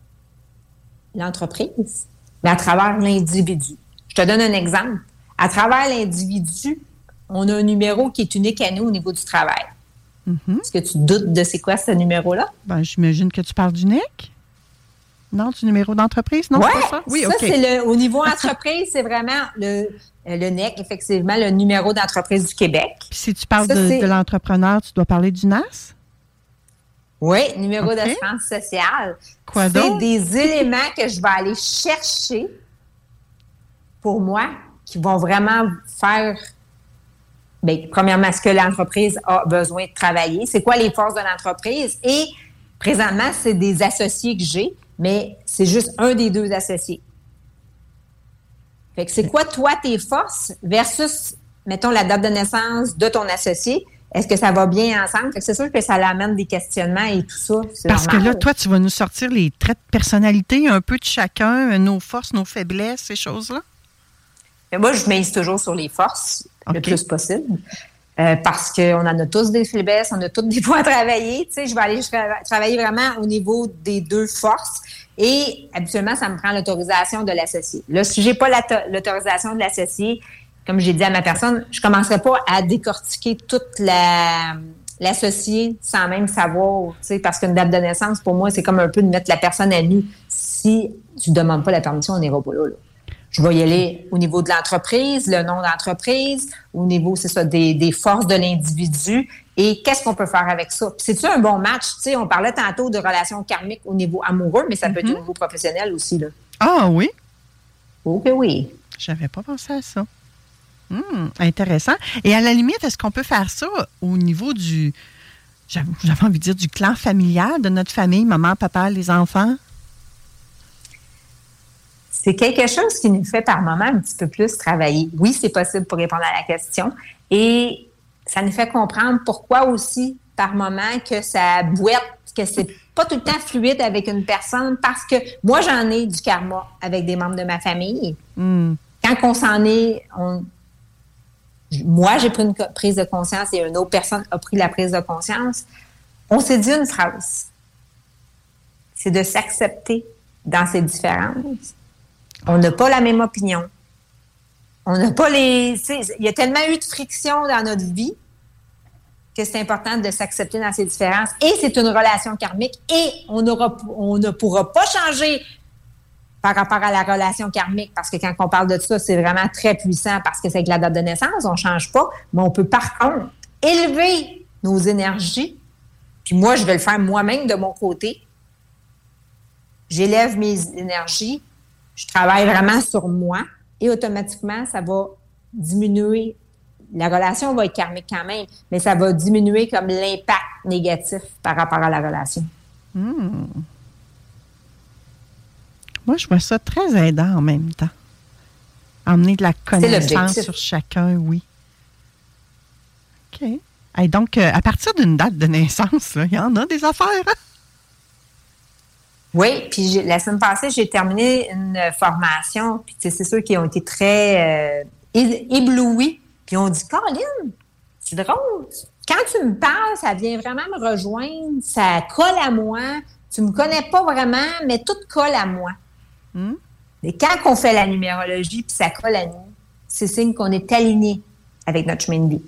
l'entreprise, mais à travers l'individu. Je te donne un exemple. À travers l'individu, on a un numéro qui est unique à nous au niveau du travail. Mm-hmm. Est-ce que tu doutes de c'est quoi ce numéro-là? Ben, j'imagine que tu parles du NEC. Non, du numéro d'entreprise? Non, c'est pas ça? Oui, ça, OK. c'est au niveau entreprise, c'est vraiment le NEC, effectivement, le numéro d'entreprise du Québec. Puis si tu parles de l'entrepreneur, tu dois parler du NAS? Oui, numéro d'assurance sociale. Quoi d'autre? C'est des éléments que je vais aller chercher pour moi qui vont vraiment faire, premièrement, ce que l'entreprise a besoin de travailler. C'est quoi les forces de l'entreprise? Et présentement, c'est des associés que j'ai, mais c'est juste un des 2 associés. Fait que c'est quoi, toi, tes forces versus, mettons, la date de naissance de ton associé? Est-ce que ça va bien ensemble? Fait que c'est sûr que ça l'amène des questionnements et tout ça. Parce normal. que là, toi, tu vas nous sortir les traits de personnalité, un peu de chacun, nos forces, nos faiblesses, ces choses-là? Mais moi, je mise toujours sur les forces le plus possible. Parce qu'on en a tous des faiblesses, on a tous des points à travailler. Tu sais, je vais aller travailler vraiment au niveau des 2 forces. Et habituellement, ça me prend l'autorisation de l'associé. Là, si j'ai pas l'autorisation de l'associé, comme j'ai dit à ma personne, je ne commencerai pas à décortiquer toute l'associé sans même savoir, tu sais, parce qu'une date de naissance, pour moi, c'est comme un peu de mettre la personne à nu. Si tu ne demandes pas la permission, on n'ira pas là. Je vais y aller au niveau de l'entreprise, le nom d'entreprise, au niveau, c'est ça, des forces de l'individu et qu'est-ce qu'on peut faire avec ça. Puis c'est-tu un bon match? Tu sais, on parlait tantôt de relations karmiques au niveau amoureux, mais ça peut être au niveau professionnel aussi, là. Ah oui? Ok, oui. J'avais pas pensé à ça. Intéressant. Et à la limite, est-ce qu'on peut faire ça au niveau j'avais envie de dire, du clan familial de notre famille, maman, papa, les enfants? C'est quelque chose qui nous fait par moment un petit peu plus travailler. Oui, c'est possible pour répondre à la question. Et ça nous fait comprendre pourquoi aussi, par moment, que ça boite, que c'est pas tout le temps fluide avec une personne, parce que moi, j'en ai du karma avec des membres de ma famille. Quand on s'en est... Moi, j'ai pris une prise de conscience et une autre personne a pris la prise de conscience. On s'est dit une phrase. C'est de s'accepter dans ses différences. On n'a pas la même opinion. On n'a pas il y a tellement eu de friction dans notre vie que c'est important de s'accepter dans ses différences. Et c'est une relation karmique. Et on ne pourra pas changer par rapport à la relation karmique, parce que quand on parle de ça, c'est vraiment très puissant parce que c'est avec la date de naissance, on ne change pas. Mais on peut par contre élever nos énergies. Puis moi, je vais le faire moi-même de mon côté. J'élève mes énergies. Je travaille vraiment sur moi et automatiquement, ça va diminuer. La relation va être karmique quand même, mais ça va diminuer comme l'impact négatif par rapport à la relation. Moi, je vois ça très aidant en même temps. Emmener de la connaissance sur chacun, oui. OK. Et donc, à partir d'une date de naissance, il y en a des affaires, hein? Oui, puis la semaine passée, j'ai terminé une formation, puis c'est sûr qu'ils ont été très éblouis, puis on dit « Caroline, c'est drôle, quand tu me parles, ça vient vraiment me rejoindre, ça colle à moi, tu me connais pas vraiment, mais tout colle à moi. Et quand on fait la numérologie, puis ça colle à nous, c'est signe qu'on est aligné avec notre chemin de vie.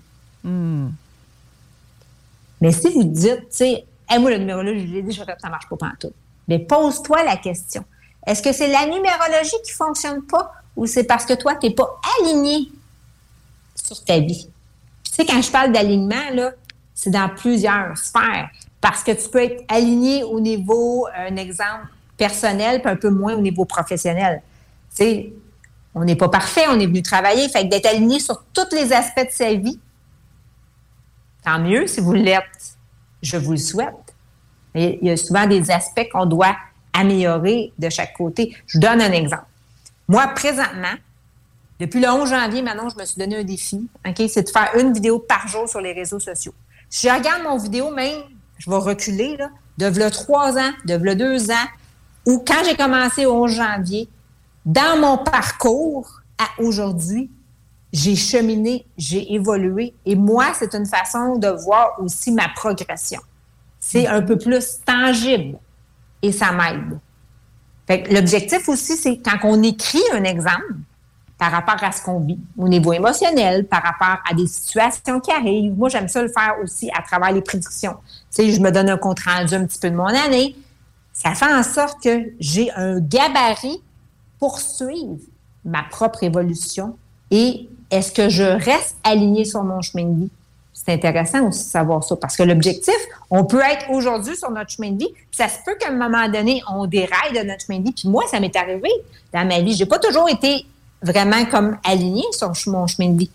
Mais si vous dites, tu sais, hey, moi, la numérologie, je l'ai déjà fait, ça marche pas pantoute. Mais pose-toi la question. Est-ce que c'est la numérologie qui fonctionne pas ou c'est parce que toi, tu n'es pas aligné sur ta vie? Tu sais, quand je parle d'alignement, là, c'est dans plusieurs sphères. Parce que tu peux être aligné au niveau, un exemple, personnel, puis un peu moins au niveau professionnel. Tu sais, on n'est pas parfait, on est venu travailler. Fait que d'être aligné sur tous les aspects de sa vie, tant mieux si vous l'êtes. Je vous le souhaite. Il y a souvent des aspects qu'on doit améliorer de chaque côté. Je vous donne un exemple. Moi, présentement, depuis le 11 janvier, maintenant, je me suis donné un défi. Okay? C'est de faire une vidéo par jour sur les réseaux sociaux. Si je regarde mon vidéo, même, je vais reculer, là, de 3 ans, de 2 ans, ou quand j'ai commencé au 11 janvier, dans mon parcours à aujourd'hui, j'ai cheminé, j'ai évolué. Et moi, c'est une façon de voir aussi ma progression. C'est un peu plus tangible et ça m'aide. Fait que l'objectif aussi, c'est quand on écrit un exemple par rapport à ce qu'on vit, au niveau émotionnel, par rapport à des situations qui arrivent. Moi, j'aime ça le faire aussi à travers les prédictions. Tu sais, je me donne un compte rendu un petit peu de mon année. Ça fait en sorte que j'ai un gabarit pour suivre ma propre évolution. Et est-ce que je reste aligné sur mon chemin de vie? C'est intéressant aussi de savoir ça. Parce que l'objectif, on peut être aujourd'hui sur notre chemin de vie, puis ça se peut qu'à un moment donné, on déraille de notre chemin de vie. Puis moi, ça m'est arrivé dans ma vie. J'ai pas toujours été vraiment comme alignée sur mon chemin de vie.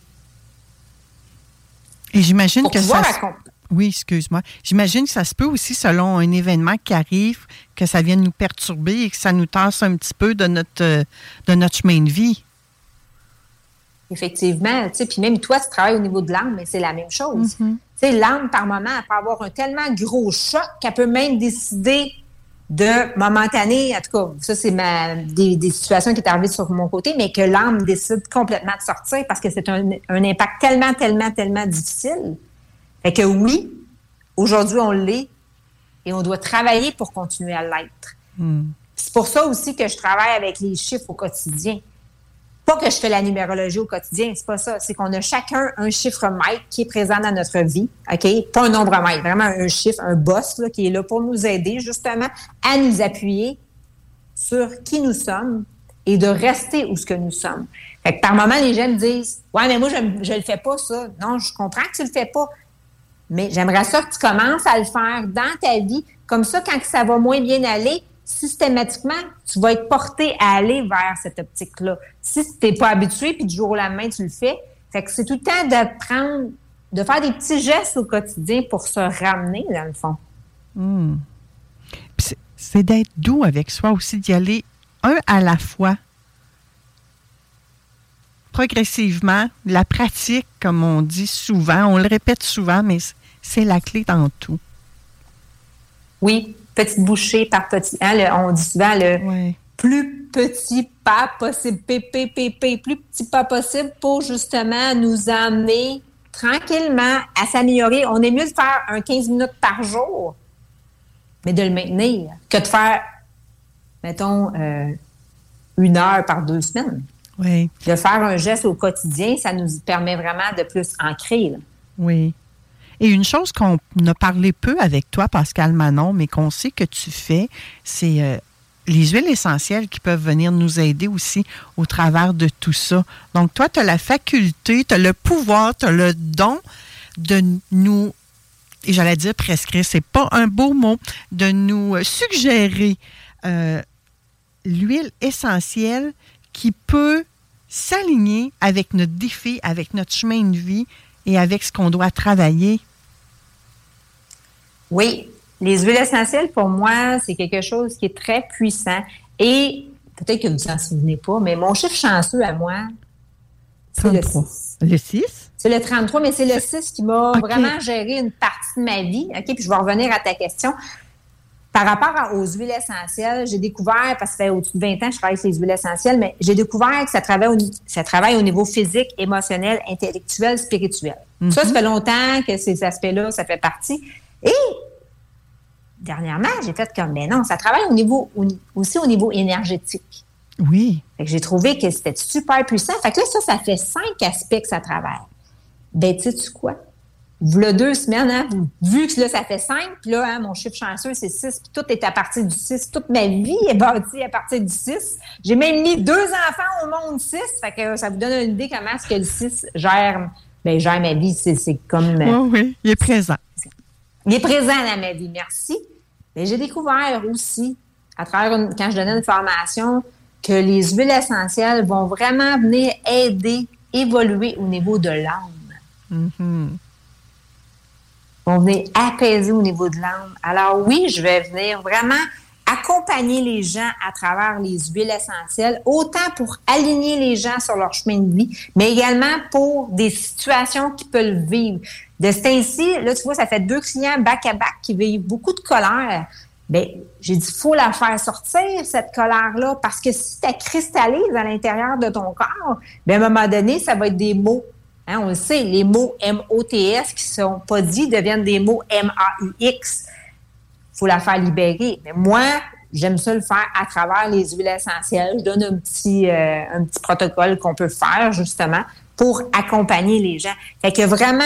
Et j'imagine que ça... Oui, excuse-moi. J'imagine que ça se peut aussi, selon un événement qui arrive, que ça vienne nous perturber et que ça nous tasse un petit peu de notre chemin de vie. Effectivement. Tu sais, puis même toi, tu travailles au niveau de l'âme, mais c'est la même chose. Tu sais, l'âme, par moment, elle peut avoir un tellement gros choc qu'elle peut même décider de momentané, en tout cas, ça, c'est des situations qui sont arrivées sur mon côté, mais que l'âme décide complètement de sortir parce que c'est un impact tellement difficile. Fait que oui, aujourd'hui, on l'est et on doit travailler pour continuer à l'être. C'est pour ça aussi que je travaille avec les chiffres au quotidien. Pas que je fais la numérologie au quotidien, c'est pas ça. C'est qu'on a chacun un chiffre maître qui est présent dans notre vie, OK? Pas un nombre maître, vraiment un chiffre, un boss là, qui est là pour nous aider justement à nous appuyer sur qui nous sommes et de rester où ce que nous sommes. Fait que par moment, les gens me disent « Ouais, mais moi, je le fais pas, ça. » Non, je comprends que tu le fais pas. Mais j'aimerais ça que tu commences à le faire dans ta vie. Comme ça, quand ça va moins bien aller, systématiquement, tu vas être porté à aller vers cette optique-là. Si tu n'es pas habitué, puis du jour au lendemain, tu le fais. Fait que c'est tout le temps de faire des petits gestes au quotidien pour se ramener, dans le fond. C'est d'être doux avec soi aussi, d'y aller un à la fois. Progressivement, la pratique, comme on dit souvent, on le répète souvent, mais c'est la clé dans tout. Oui, petite bouchée par petit. Hein, on dit souvent le plus petit pas possible, plus petit pas possible pour justement nous emmener tranquillement à s'améliorer. On est mieux de faire un 15 minutes par jour, mais de le maintenir, que de faire, mettons, 1 heure par 2 semaines. Oui. De faire un geste au quotidien, ça nous permet vraiment de plus ancrer. Là. Oui. Et une chose qu'on a parlé peu avec toi, Pascal Manon, mais qu'on sait que tu fais, c'est les huiles essentielles qui peuvent venir nous aider aussi au travers de tout ça. Donc, toi, tu as la faculté, tu as le pouvoir, tu as le don de nous, et j'allais dire prescrire, c'est pas un beau mot, de nous suggérer l'huile essentielle qui peut s'aligner avec notre défi, avec notre chemin de vie et avec ce qu'on doit travailler. Oui, les huiles essentielles, pour moi, c'est quelque chose qui est très puissant. Et peut-être que vous ne vous en souvenez pas, mais mon chiffre chanceux à moi, c'est 33. Le 6? C'est le 33, mais c'est le 6 qui m'a vraiment géré une partie de ma vie. OK, puis je vais revenir à ta question. Par rapport aux huiles essentielles, j'ai découvert, parce que ça fait au-dessus de 20 ans que je travaille sur les huiles essentielles, mais j'ai découvert que ça travaille au niveau physique, émotionnel, intellectuel, spirituel. Ça fait longtemps que ces aspects-là, ça fait partie. Et dernièrement, j'ai fait comme, mais non, ça travaille aussi au niveau énergétique. Oui. Fait que j'ai trouvé que c'était super puissant. Fait que là, ça fait 5 aspects que ça travaille. Ben, tu sais quoi? V'là 2 semaines, hein, vu que là, ça fait 5, puis là, hein, mon chiffre chanceux, c'est 6, puis tout est à partir du 6. Toute ma vie est bâtie à partir du 6. J'ai même mis 2 enfants au monde 6, fait que ça vous donne une idée comment est-ce que le 6 gère ma vie. C'est comme... oui, il est présent. Il est présent dans ma vie, merci. Mais j'ai découvert aussi, à travers quand je donnais une formation, que les huiles essentielles vont vraiment venir aider, évoluer au niveau de l'âme. Vont venir apaiser au niveau de l'âme. Alors oui, je vais venir vraiment accompagner les gens à travers les huiles essentielles, autant pour aligner les gens sur leur chemin de vie, mais également pour des situations qu'ils peuvent vivre. De ce temps-ci, là, tu vois, ça fait 2 clients back-à-back qui vivent beaucoup de colère. Bien, j'ai dit, il faut la faire sortir, cette colère-là, parce que si tu la cristallises à l'intérieur de ton corps, bien, à un moment donné, ça va être des mots. Hein, on le sait, les mots M-O-T-S qui ne sont pas dits deviennent des mots M-A-U-X. Il faut la faire libérer. Mais moi, j'aime ça le faire à travers les huiles essentielles. Je donne un petit protocole qu'on peut faire, justement, pour accompagner les gens. Fait que vraiment,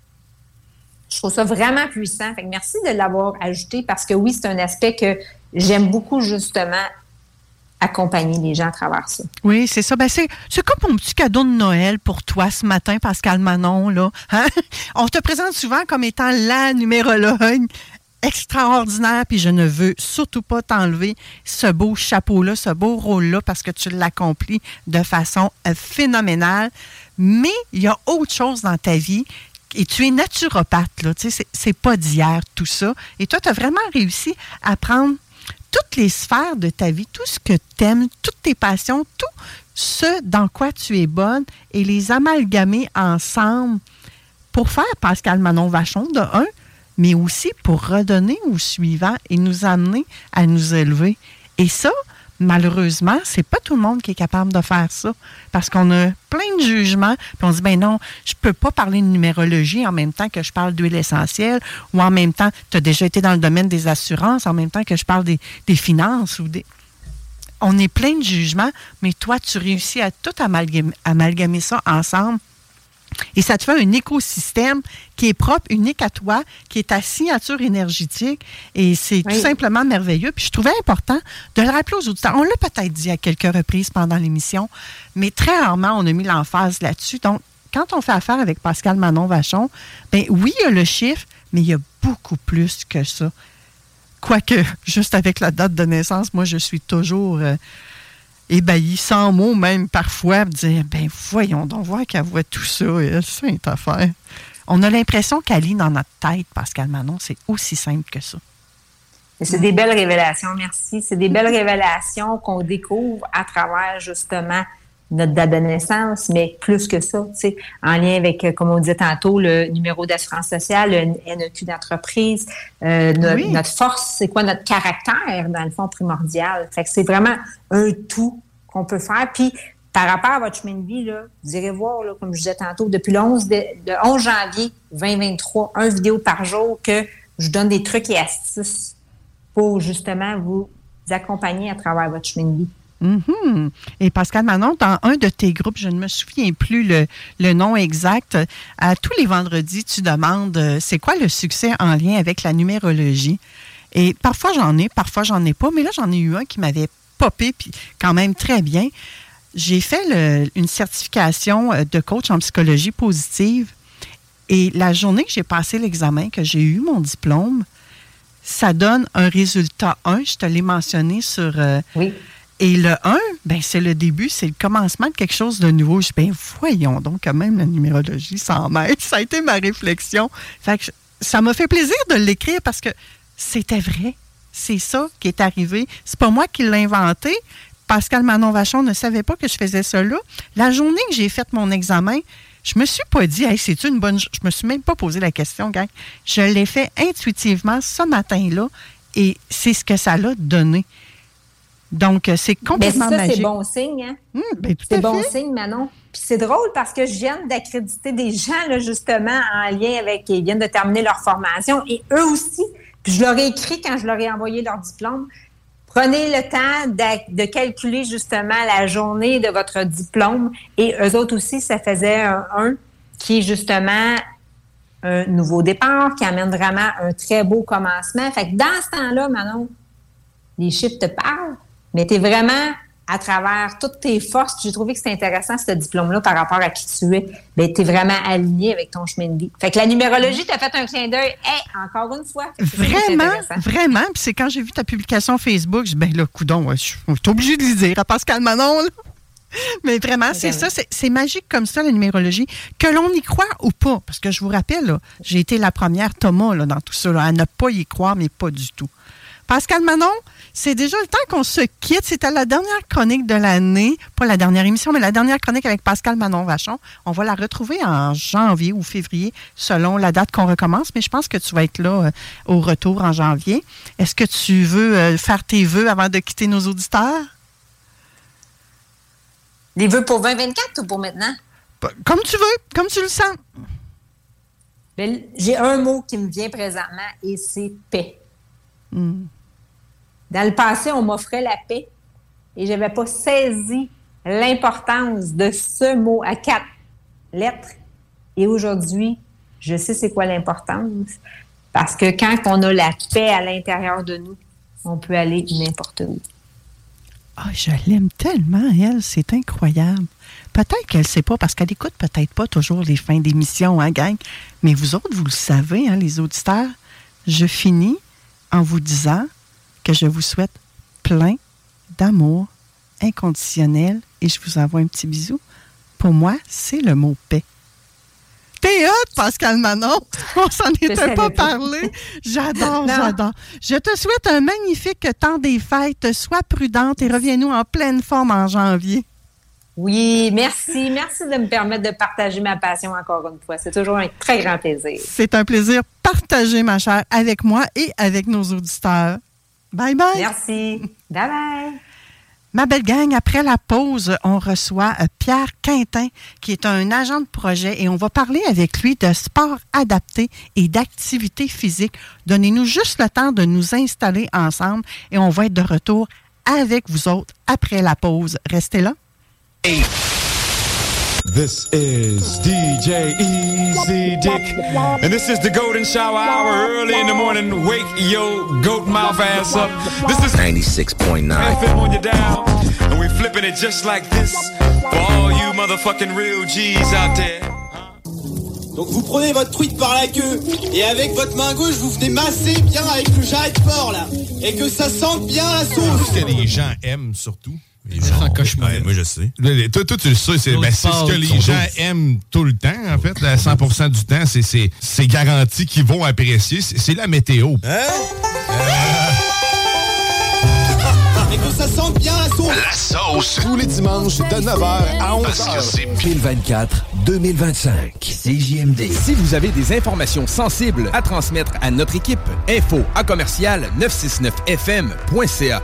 je trouve ça vraiment puissant. Fait que merci de l'avoir ajouté parce que oui, c'est un aspect que j'aime beaucoup, justement, accompagner les gens à travers ça. Oui, c'est ça. Ben, c'est comme mon petit cadeau de Noël pour toi ce matin, Pascal Manon, là. Hein? On te présente souvent comme étant la numérologue extraordinaire, puis je ne veux surtout pas t'enlever ce beau chapeau-là, ce beau rôle-là, parce que tu l'accomplis de façon phénoménale. Mais il y a autre chose dans ta vie, et tu es naturopathe, là. Tu sais, c'est pas d'hier, tout ça. Et toi, tu as vraiment réussi à prendre toutes les sphères de ta vie, tout ce que tu aimes, toutes tes passions, tout ce dans quoi tu es bonne et les amalgamer ensemble pour faire Pascal Manon Vachon de un, mais aussi pour redonner aux suivants et nous amener à nous élever. Et ça, malheureusement, c'est pas tout le monde qui est capable de faire ça parce qu'on a plein de jugements puis on dit, ben non, je peux pas parler de numérologie en même temps que je parle d'huile essentielle ou en même temps, tu as déjà été dans le domaine des assurances, en même temps que je parle des finances ou des... on est plein de jugements, mais toi, tu réussis à tout amalgamer ça ensemble. Et ça te fait un écosystème qui est propre, unique à toi, qui est ta signature énergétique. Et c'est tout simplement merveilleux. Puis je trouvais important de le rappeler aux auditeurs. On l'a peut-être dit à quelques reprises pendant l'émission, mais très rarement, on a mis l'emphase là-dessus. Donc, quand on fait affaire avec Pascal Manon-Vachon, bien oui, il y a le chiffre, mais il y a beaucoup plus que ça. Quoique, juste avec la date de naissance, moi, je suis toujours ébahie, sans mots même parfois, me dire, ben voyons donc, voir qu'elle voit tout ça, c'est une affaire. On a l'impression qu'elle lit dans notre tête, Pascal Manon, c'est aussi simple que ça. Et c'est des belles révélations, merci. C'est des belles révélations qu'on découvre à travers, justement, notre date de naissance, mais plus que ça, tu sais, en lien avec, comme on disait tantôt, le numéro d'assurance sociale, le NEQ d'entreprise, notre force, c'est quoi notre caractère, dans le fond, primordial. Fait que c'est vraiment un tout qu'on peut faire. Puis, par rapport à votre chemin de vie, là, vous irez voir, là, comme je disais tantôt, depuis le 11 janvier 2023, une vidéo par jour que je donne des trucs et astuces pour, justement, vous accompagner à travers votre chemin de vie. Mm-hmm. Et Pascal Manon, dans un de tes groupes, je ne me souviens plus le nom exact, à tous les vendredis, tu demandes c'est quoi le succès en lien avec la numérologie. Et parfois j'en ai pas, mais là j'en ai eu un qui m'avait popé, puis quand même très bien. J'ai fait une certification de coach en psychologie positive et la journée que j'ai passé l'examen, que j'ai eu mon diplôme, ça donne un résultat 1, je te l'ai mentionné sur... oui. Et le 1, ben c'est le début, c'est le commencement de quelque chose de nouveau. Je dis, ben voyons donc quand même la numérologie sans maître. Ça a été ma réflexion. Fait que ça m'a fait plaisir de l'écrire parce que c'était vrai. C'est ça qui est arrivé. C'est pas moi qui l'ai inventé. Pascal Manon-Vachon ne savait pas que je faisais ça là. La journée que j'ai fait mon examen, je me suis pas dit, hey, c'est-tu une bonne... Je me suis même pas posé la question, gang. Je l'ai fait intuitivement ce matin-là et c'est ce que ça l'a donné. Donc, c'est complètement magique. C'est bon signe, hein? C'est bon signe, Manon. Puis c'est drôle parce que je viens d'accréditer des gens, là, justement, en lien avec... Ils viennent de terminer leur formation. Et eux aussi, puis je leur ai écrit quand je leur ai envoyé leur diplôme, prenez le temps de calculer, justement, la journée de votre diplôme. Et eux autres aussi, ça faisait un qui est, justement, un nouveau départ, qui amène vraiment un très beau commencement. Fait que dans ce temps-là, Manon, les chiffres te parlent. Mais tu es vraiment, à travers toutes tes forces, j'ai trouvé que c'est intéressant, ce diplôme-là, par rapport à qui tu es. Bien, tu es vraiment aligné avec ton chemin de vie. Fait que la numérologie t'a fait un clin d'œil. Encore une fois. Vraiment. Puis c'est quand j'ai vu ta publication Facebook, je dis, ben là, coudonc, je suis obligée de le dire à Pascal Manon, là. Mais vraiment, c'est ça. C'est magique comme ça, la numérologie. Que l'on y croit ou pas. Parce que je vous rappelle, là, j'ai été la première Thomas là, dans tout ça, là, à ne pas y croire, mais pas du tout. Pascal Manon, c'est déjà le temps qu'on se quitte. C'était la dernière chronique de l'année. Pas la dernière émission, mais la dernière chronique avec Pascal Manon-Vachon. On va la retrouver en janvier ou février, selon la date qu'on recommence. Mais je pense que tu vas être là au retour en janvier. Est-ce que tu veux faire tes vœux avant de quitter nos auditeurs? Les vœux pour 2024 ou pour maintenant? Comme tu veux, comme tu le sens. Bien, j'ai un mot qui me vient présentement et c'est paix. Dans le passé, on m'offrait la paix et je n'avais pas saisi l'importance de ce mot à 4 lettres. Et aujourd'hui, je sais c'est quoi l'importance. Parce que quand on a la paix à l'intérieur de nous, on peut aller n'importe où. Ah, je l'aime tellement, elle. C'est incroyable. Peut-être qu'elle ne sait pas, parce qu'elle écoute peut-être pas toujours les fins d'émission, hein, gang? Mais vous autres, vous le savez, hein, les auditeurs. Je finis en vous disant que je vous souhaite plein d'amour inconditionnel et je vous envoie un petit bisou. Pour moi, c'est le mot paix. T'es hot, Pascal Manon! On s'en était pas parlé. J'adore. Je te souhaite un magnifique temps des fêtes. Sois prudente et reviens-nous en pleine forme en janvier. Oui, merci. Merci de me permettre de partager ma passion encore une fois. C'est toujours un très grand plaisir. C'est un plaisir partagé, ma chère, avec moi et avec nos auditeurs. Bye bye. Merci. Bye bye. Ma belle gang, après la pause, on reçoit Pierre Quintin, qui est un agent de projet, et on va parler avec lui de sport adapté et d'activité physique. Donnez-nous juste le temps de nous installer ensemble et on va être de retour avec vous autres après la pause. Restez là. Hey. This is DJ Easy Dick, and this is the Golden Shower Hour. Early in the morning, wake your goat mouth ass up. This is 96.9 FM on your dial, and we flipping it just like this for all you motherfucking real G's out there. Donc vous prenez votre truite par la queue et avec votre main gauche vous venez masser bien avec le jarret de porc là et que ça sente bien la sauce. Ce que les gens aiment surtout. Les gens cauchemar. Moi, je sais. Toi, tu le sais, c'est ce que les gens aiment tout le temps, en fait. À 100% du temps, c'est garanti qu'ils vont apprécier. C'est la météo. Et que ça sente bien la sauce. La sauce. Tous les dimanches de 9h à 11h. Parce que c'est 2024-2025. CJMD. Si vous avez des informations sensibles à transmettre à notre équipe, info@969fm.ca.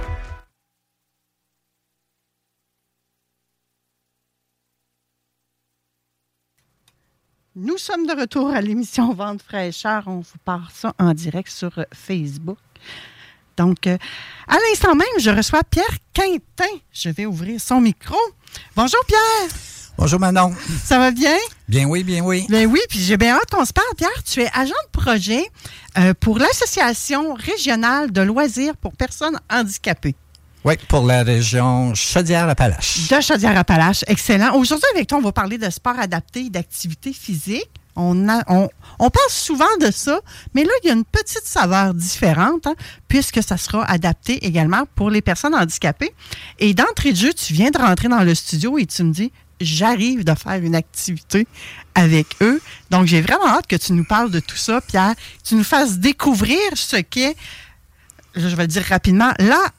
Nous sommes de retour à l'émission Vente fraîcheur. On vous parle ça en direct sur Facebook. Donc, à l'instant même, je reçois Pierre Quintin. Je vais ouvrir son micro. Bonjour, Pierre. Bonjour, Manon. Ça va bien? Bien oui, bien oui. Bien oui, puis j'ai bien hâte qu'on se parle. Pierre, tu es agent de projet pour l'Association régionale de loisirs pour personnes handicapées. Oui, pour la région Chaudière-Appalaches. De Chaudière-Appalaches, excellent. Aujourd'hui, avec toi, on va parler de sport adapté et d'activité physique. On parle souvent de ça, mais là, il y a une petite saveur différente, puisque ça sera adapté également pour les personnes handicapées. Et d'entrée de jeu, tu viens de rentrer dans le studio et tu me dis, j'arrive de faire une activité avec eux. Donc, j'ai vraiment hâte que tu nous parles de tout ça, Pierre. Tu nous fasses découvrir ce qu'est, je vais le dire rapidement,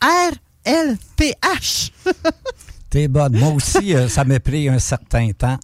l'ARLPH. T'es bonne. Moi aussi, ça m'a pris un certain temps.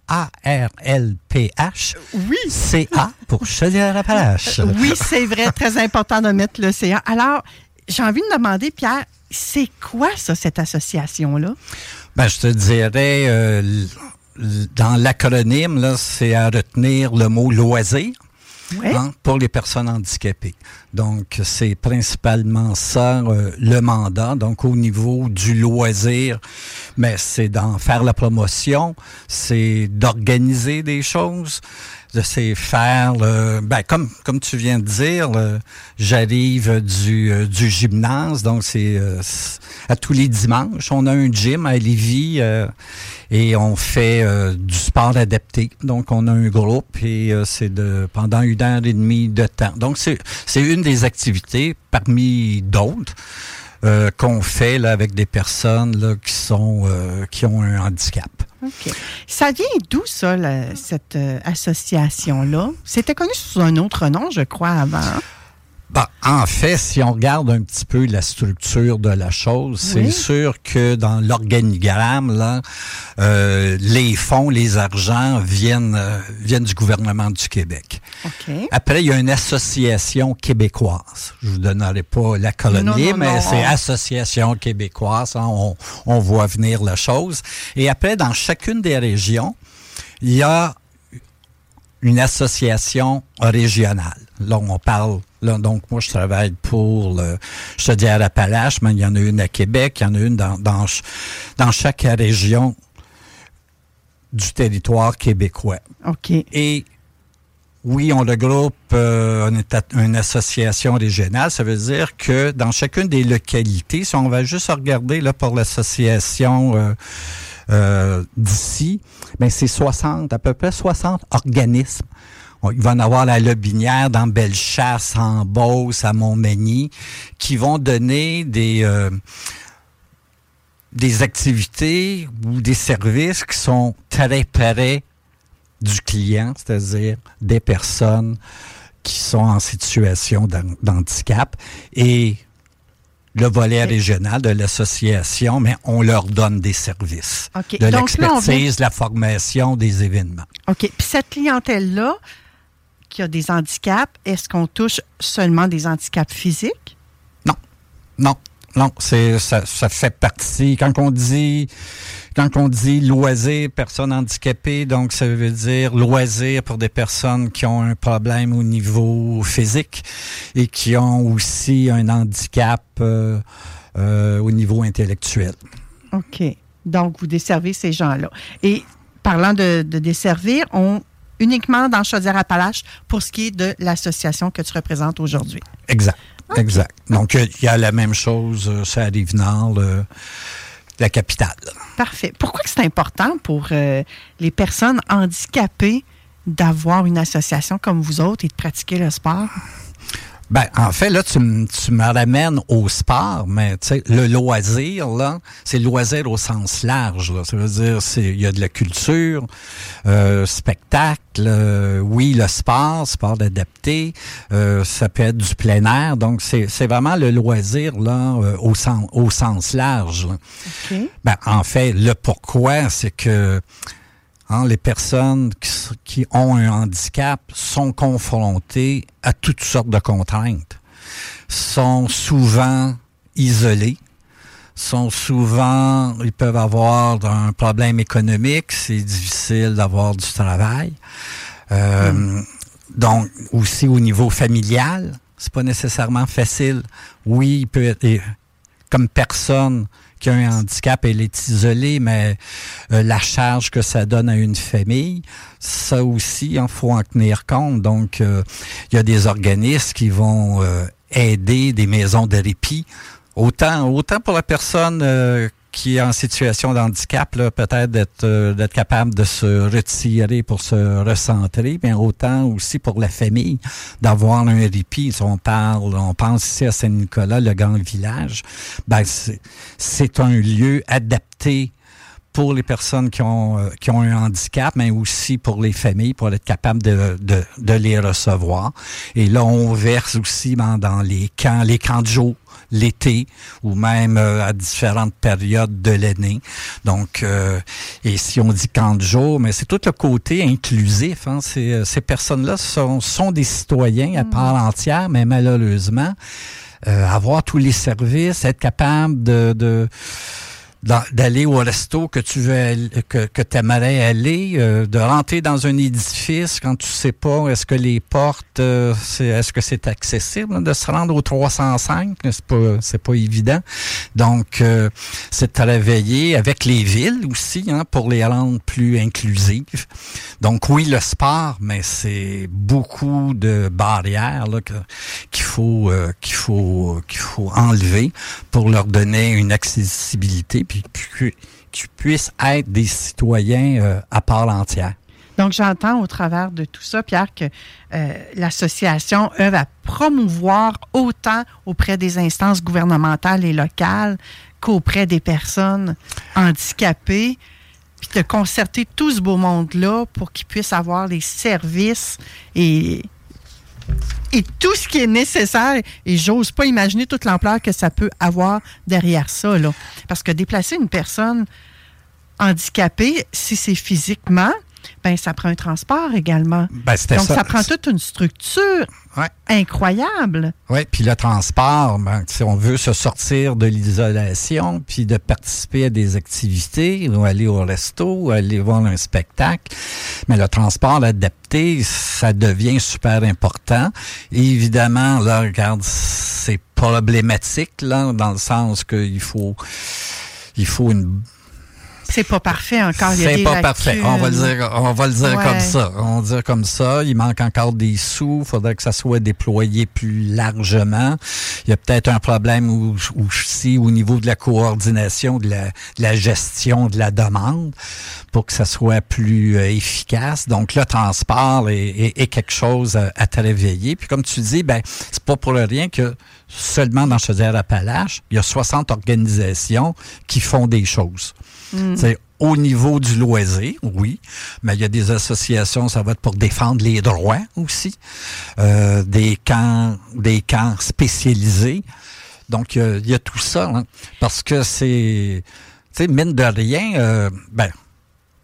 ARLPH. Oui. CA pour Chaudière-Appalaches. Oui, c'est vrai. Très important de mettre le CA. Alors, j'ai envie de demander, Pierre, c'est quoi ça, cette association-là? Ben, je te dirais, dans l'acronyme, là, c'est à retenir le mot loisir. Oui. Pour les personnes handicapées. Donc, c'est principalement ça, le mandat. Donc, au niveau du loisir, mais c'est d'en faire la promotion, c'est d'organiser des choses, c'est faire, comme tu viens de dire, j'arrive du gymnase, donc c'est à tous les dimanches. On a un gym à Lévis et on fait du sport adapté. Donc, on a un groupe et c'est pendant 1h30 de temps. Donc, c'est une des activités parmi d'autres qu'on fait là, avec des personnes là, qui ont un handicap. OK. Ça vient d'où, ça, cette association-là? C'était connu sous un autre nom, je crois, avant. Ben, en fait, si on regarde un petit peu la structure de la chose, c'est sûr que dans l'organigramme, là, les fonds, les argents viennent du gouvernement du Québec. Okay. Après, il y a une association québécoise. Je vous donnerai pas la colonie, mais c'est Association québécoise. Hein, on voit venir la chose. Et après, dans chacune des régions, il y a une association régionale. Là, on parle. Là, donc, moi, je travaille pour Chaudière-Appalaches, mais il y en a une à Québec, il y en a une dans chaque région du territoire québécois. OK. Et oui, on regroupe une association régionale. Ça veut dire que dans chacune des localités, si on va juste regarder là pour l'association d'ici, ben c'est à peu près 60 organismes. Il va y en avoir à Lobinière, dans Bellechasse, en Beauce, à Montmagny, qui vont donner des activités ou des services qui sont très près du client, c'est-à-dire des personnes qui sont en situation d'handicap. Et le volet régional de l'association, mais on leur donne des services. Okay. De l'expertise, la formation, des événements. OK. Puis cette clientèle-là, qui a des handicaps, est-ce qu'on touche seulement des handicaps physiques? Non. Non, ça fait partie. Quand on dit loisirs, personnes handicapées, donc ça veut dire loisirs pour des personnes qui ont un problème au niveau physique et qui ont aussi un handicap au niveau intellectuel. OK. Donc, vous desservez ces gens-là. Et parlant de desservir, uniquement dans Chaudière-Appalaches pour ce qui est de l'association que tu représentes aujourd'hui. Exact. Okay. Exact. Donc, il y a la même chose sur la Rive-Nord, la capitale. Parfait. Pourquoi que c'est important pour les personnes handicapées d'avoir une association comme vous autres et de pratiquer le sport? Ben, en fait, là, tu me ramènes au sport, mais tu sais, le loisir, là, c'est le loisir au sens large, là. Ça veut dire, il y a de la culture, spectacle, oui, le sport adapté, ça peut être du plein air, donc c'est vraiment le loisir, là, au sens large, là. Okay. Ben, en fait, le pourquoi, c'est que les personnes qui ont un handicap sont confrontées à toutes sortes de contraintes, sont souvent isolés, ils peuvent avoir un problème économique, c'est difficile d'avoir du travail. Donc, aussi au niveau familial, c'est pas nécessairement facile. Oui, il peut être, comme personne qui a un handicap, elle est isolée, mais la charge que ça donne à une famille, ça aussi, il faut en tenir compte. Donc, il y a des organismes qui vont aider, des maisons de répit, autant pour la personne qui est en situation de handicap, là, peut-être d'être capable de se retirer pour se recentrer, mais autant aussi pour la famille d'avoir un répit. Si on pense ici à Saint-Nicolas, le grand village, ben c'est un lieu adapté pour les personnes qui ont un handicap, mais aussi pour les familles, pour être capable de les recevoir. Et là, on verse aussi dans les camps de jour, l'été ou même à différentes périodes de l'année. Donc, et si on dit camp de jour, mais c'est tout le côté inclusif. Hein. Ces personnes-là sont des citoyens à part entière, mais malheureusement, avoir tous les services, être capable d'aller au resto que tu veux que t'aimerais aller, de rentrer dans un édifice quand tu sais pas est-ce que les portes est-ce que c'est accessible, hein, de se rendre au 305, c'est pas évident. Donc c'est de travailler avec les villes aussi, hein, pour les rendre plus inclusives. Donc oui, le sport, mais c'est beaucoup de barrières là qu'il faut enlever pour leur donner une accessibilité, puis qu'ils puissent être des citoyens à part entière. Donc, j'entends au travers de tout ça, Pierre, que l'association œuvre à promouvoir autant auprès des instances gouvernementales et locales qu'auprès des personnes handicapées, puis de concerter tout ce beau monde-là pour qu'ils puissent avoir les services et tout ce qui est nécessaire. Et j'ose pas imaginer toute l'ampleur que ça peut avoir derrière ça, là. Parce que déplacer une personne handicapée, si c'est physiquement, ben ça prend un transport également. Ben, donc, ça prend toute une structure incroyable. Oui, puis le transport, ben, si on veut se sortir de l'isolation, puis de participer à des activités, ou aller au resto, ou aller voir un spectacle, mais le transport adapté, ça devient super important. Et évidemment, là, regarde, c'est problématique, là, dans le sens qu'il faut une... C'est pas parfait encore. C'est pas parfait. On va le dire comme ça. On va dire comme ça. Il manque encore des sous. Il faudrait que ça soit déployé plus largement. Il y a peut-être un problème aussi au niveau de la coordination, de la gestion de la demande pour que ça soit plus efficace. Donc, le transport est quelque chose à travailler. Puis, comme tu dis, ben c'est pas pour rien que seulement dans Chaudière-Appalaches, il y a 60 organisations qui font des choses. C'est au niveau du loisir, oui, mais il y a des associations, ça va être pour défendre les droits aussi, des camps spécialisés. Donc, il y a tout ça, hein, parce que c'est, tu sais, mine de rien,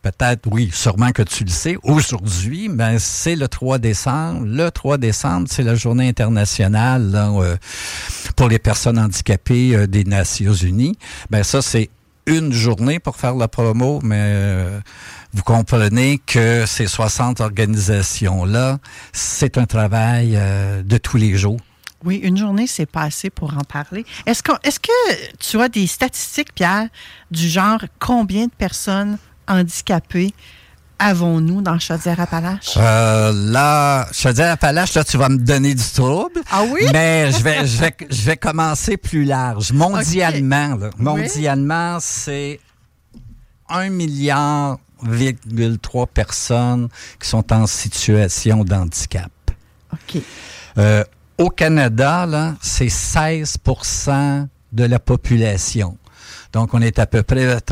peut-être, oui, sûrement que tu le sais, aujourd'hui, ben, c'est le 3 décembre. Le 3 décembre, c'est la journée internationale là, pour les personnes handicapées des Nations Unies. Ben, ça, c'est une journée pour faire la promo, mais vous comprenez que ces 60 organisations-là, c'est un travail de tous les jours. Oui, une journée, c'est pas assez pour en parler. Est-ce que tu as des statistiques, Pierre, du genre combien de personnes handicapées avons-nous dans Chaudière-Appalaches? Là, Chaudière-Appalaches, là, tu vas me donner du trouble. Ah oui? Mais je vais commencer plus large. Mondialement, okay. Là, mondialement, oui. C'est 1,3 milliard personnes qui sont en situation d'handicap. OK. Au Canada, là, c'est 16% de la population. Donc, on est à peu près à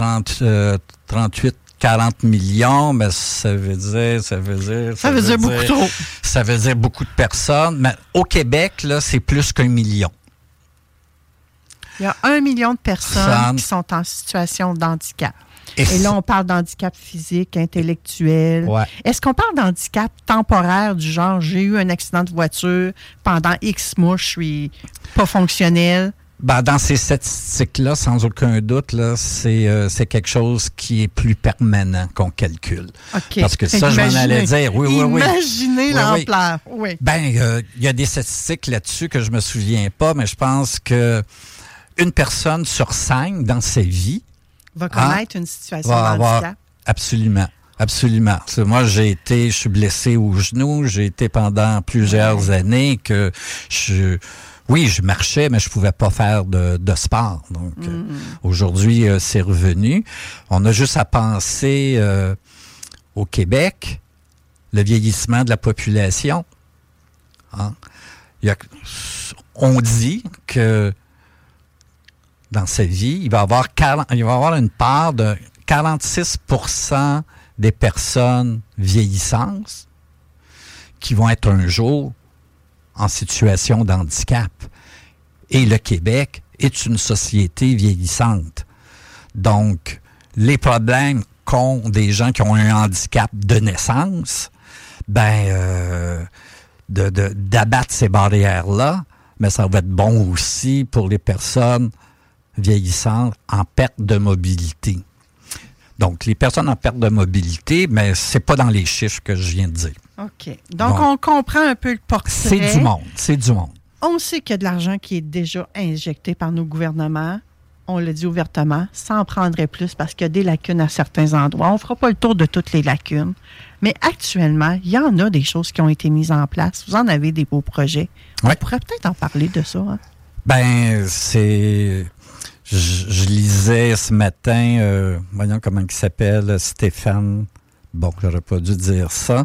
40 millions, mais ça veut dire beaucoup trop. Ça veut dire beaucoup de personnes. Mais au Québec, là, c'est plus qu'1 million. Il y a 1 million de personnes qui sont en situation d'handicap. Et là, on parle d'handicap physique, intellectuel. Ouais. Est-ce qu'on parle d'handicap temporaire du genre, j'ai eu un accident de voiture, pendant X mois, je suis pas fonctionnel? Ben, dans ces statistiques-là, sans aucun doute, là, c'est quelque chose qui est plus permanent qu'on calcule. Okay. Parce que ça, je m'en allais dire. Oui. Imaginez l'ampleur. Oui. Ben, il y a des statistiques là-dessus que je me souviens pas, mais je pense que une personne sur 5 dans sa vie va connaître une situation de handicap. Absolument. Moi, je suis blessé au genou. J'ai été pendant plusieurs années que je marchais, mais je pouvais pas faire de sport. Donc, aujourd'hui, c'est revenu. On a juste à penser au Québec, le vieillissement de la population. Hein? On dit que dans sa vie, il va avoir une part de 46% des personnes vieillissantes qui vont être un jour en situation de handicap. Et le Québec est une société vieillissante. Donc, les problèmes qu'ont des gens qui ont un handicap de naissance, d'abattre ces barrières-là, mais ça va être bon aussi pour les personnes vieillissantes en perte de mobilité. Donc, les personnes en perte de mobilité, mais c'est pas dans les chiffres que je viens de dire. OK. Donc, on comprend un peu le portrait. C'est du monde. On sait qu'il y a de l'argent qui est déjà injecté par nos gouvernements. On le dit ouvertement, ça en prendrait plus parce qu'il y a des lacunes à certains endroits. On ne fera pas le tour de toutes les lacunes. Mais actuellement, il y en a des choses qui ont été mises en place. Vous en avez des beaux projets. Ouais. On pourrait peut-être en parler de ça. Hein? Je lisais ce matin, voyons comment il s'appelle, Stéphane. Bon, j'aurais pas dû dire ça.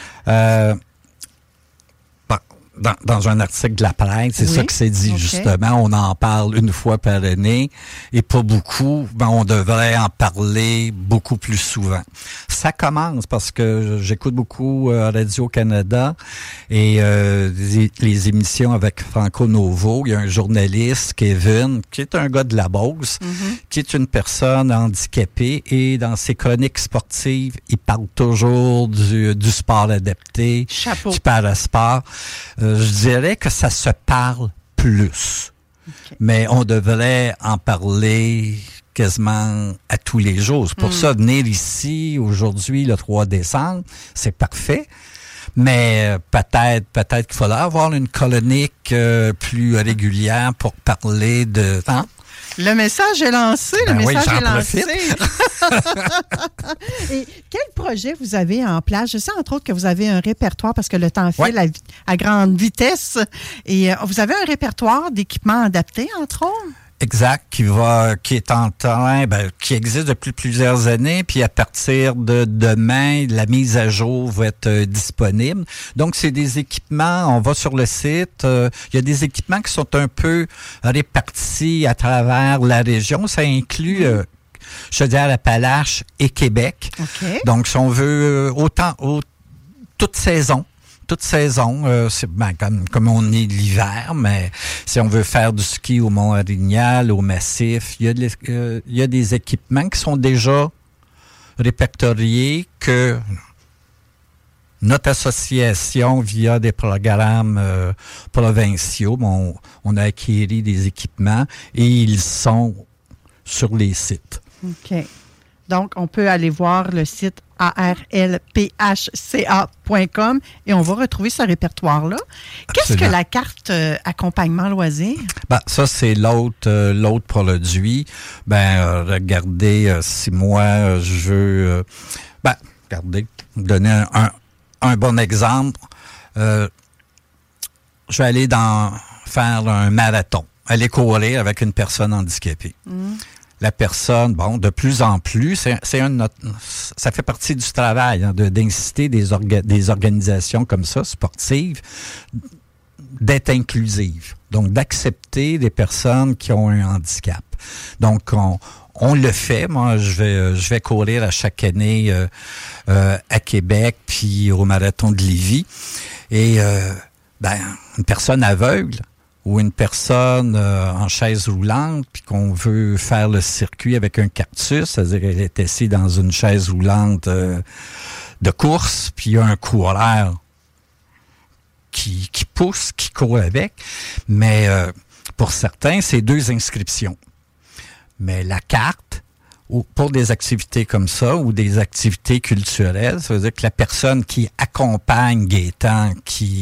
Dans un article de la presse, c'est ça que c'est dit, justement. On en parle une fois par année et pas beaucoup. On devrait en parler beaucoup plus souvent. Ça commence parce que j'écoute beaucoup Radio-Canada et les émissions avec Franco Novo. Il y a un journaliste, Kevin, qui est un gars de la Beauce, qui est une personne handicapée et dans ses chroniques sportives, il parle toujours du sport adapté, du parasport. Je dirais que ça se parle plus. Okay. Mais on devrait en parler quasiment à tous les jours. C'est pour ça, venir ici aujourd'hui, le 3 décembre, c'est parfait. Mais peut-être qu'il faudra avoir une chronique plus régulière pour parler de... Hein? Le message est lancé, Et quel projet vous avez en place? Je sais entre autres que vous avez un répertoire parce que le temps file à grande vitesse. Et vous avez un répertoire d'équipements adaptés, entre autres? Exact, qui est en train, qui existe depuis plusieurs années, puis à partir de demain, la mise à jour va être disponible. Donc, c'est des équipements, on va sur le site, il y a des équipements qui sont un peu répartis à travers la région. Ça inclut Chaudière-Appalaches et Québec. Okay. Donc, si on veut toute saison, c'est comme on est l'hiver, mais si on veut faire du ski au Mont-Arignal, au Massif, il y a des équipements qui sont déjà répertoriés que notre association, via des programmes provinciaux, on a acquis des équipements et ils sont sur les sites. OK. Donc, on peut aller voir le site arlphca.com et on va retrouver ce répertoire-là. Qu'est-ce que la carte accompagnement loisir? Ça, c'est l'autre produit. Regardez, si moi, je veux... regardez, donner un bon exemple. Je vais aller faire un marathon, aller courir avec une personne handicapée. La personne, de plus en plus, ça fait partie du travail d'inciter des organisations comme ça, sportives, d'être inclusives. Donc, d'accepter des personnes qui ont un handicap. Donc, on le fait. Moi, je vais courir à chaque année à Québec, puis au marathon de Lévis. Et une personne aveugle ou une personne en chaise roulante, puis qu'on veut faire le circuit avec un cactus, c'est-à-dire qu'elle est assise dans une chaise roulante de course, puis il y a un coureur qui pousse, qui court avec. Mais pour certains, c'est 2 inscriptions. Mais la carte, pour des activités comme ça, ou des activités culturelles, ça veut dire que la personne qui accompagne Gaétan,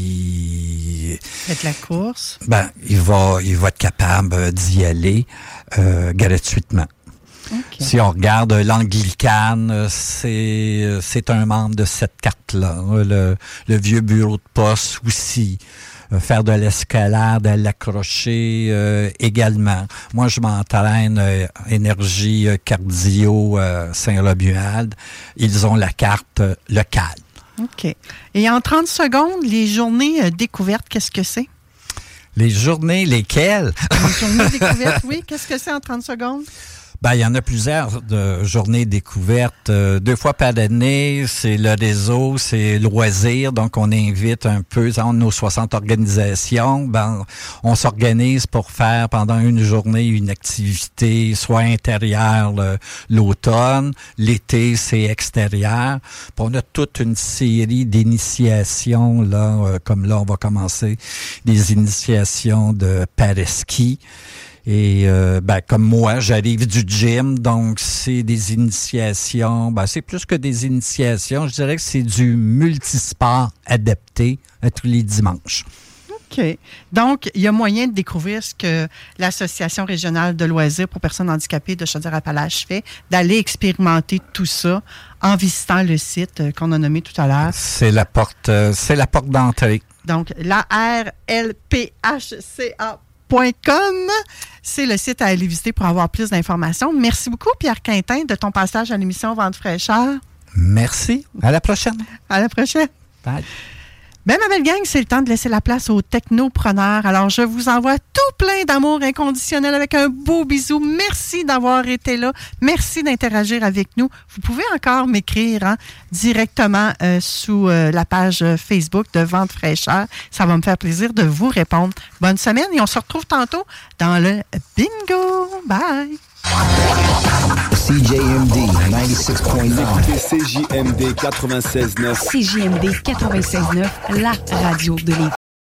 qui fait la course, il va être capable d'y aller gratuitement. Okay. Si on regarde l'Anglicane, c'est un membre de cette carte-là. Le vieux bureau de poste aussi. Faire de l'escalade, à l'accrocher également. Moi, je m'entraîne énergie cardio Saint-Romuald. Ils ont la carte locale. OK. Et en 30 secondes, les journées découvertes, qu'est-ce que c'est? Les journées, lesquelles? Les journées découvertes, oui. Qu'est-ce que c'est en 30 secondes? Il y en a plusieurs de journées découvertes. 2 fois par année, c'est le réseau, c'est loisirs. Donc, on invite un peu, dans nos 60 organisations, on s'organise pour faire pendant une journée une activité, soit intérieure l'automne, l'été, c'est extérieur. Puis on a toute une série d'initiations, comme là, on va commencer des initiations de paraski. Et comme moi, j'arrive du gym, donc c'est des initiations. C'est plus que des initiations, je dirais que c'est du multisport adapté à tous les dimanches. OK. Donc, il y a moyen de découvrir ce que l'Association régionale de loisirs pour personnes handicapées de Chaudière-Appalaches fait, d'aller expérimenter tout ça en visitant le site qu'on a nommé tout à l'heure. C'est la porte d'entrée. Donc, l'ARLPHCA.com, c'est le site à aller visiter pour avoir plus d'informations. Merci beaucoup, Pierre Quintin, de ton passage à l'émission Vente fraîcheur. Merci. À la prochaine. À la prochaine. Bye. Ma belle gang, c'est le temps de laisser la place aux technopreneurs. Alors, je vous envoie tout plein d'amour inconditionnel avec un beau bisou. Merci d'avoir été là. Merci d'interagir avec nous. Vous pouvez encore m'écrire directement sous la page Facebook de Vente fraîcheur. Ça va me faire plaisir de vous répondre. Bonne semaine et on se retrouve tantôt dans le bingo. Bye! CJMD 96.9. CJMD 96.9. CJMD 96.9, la radio de Lévis.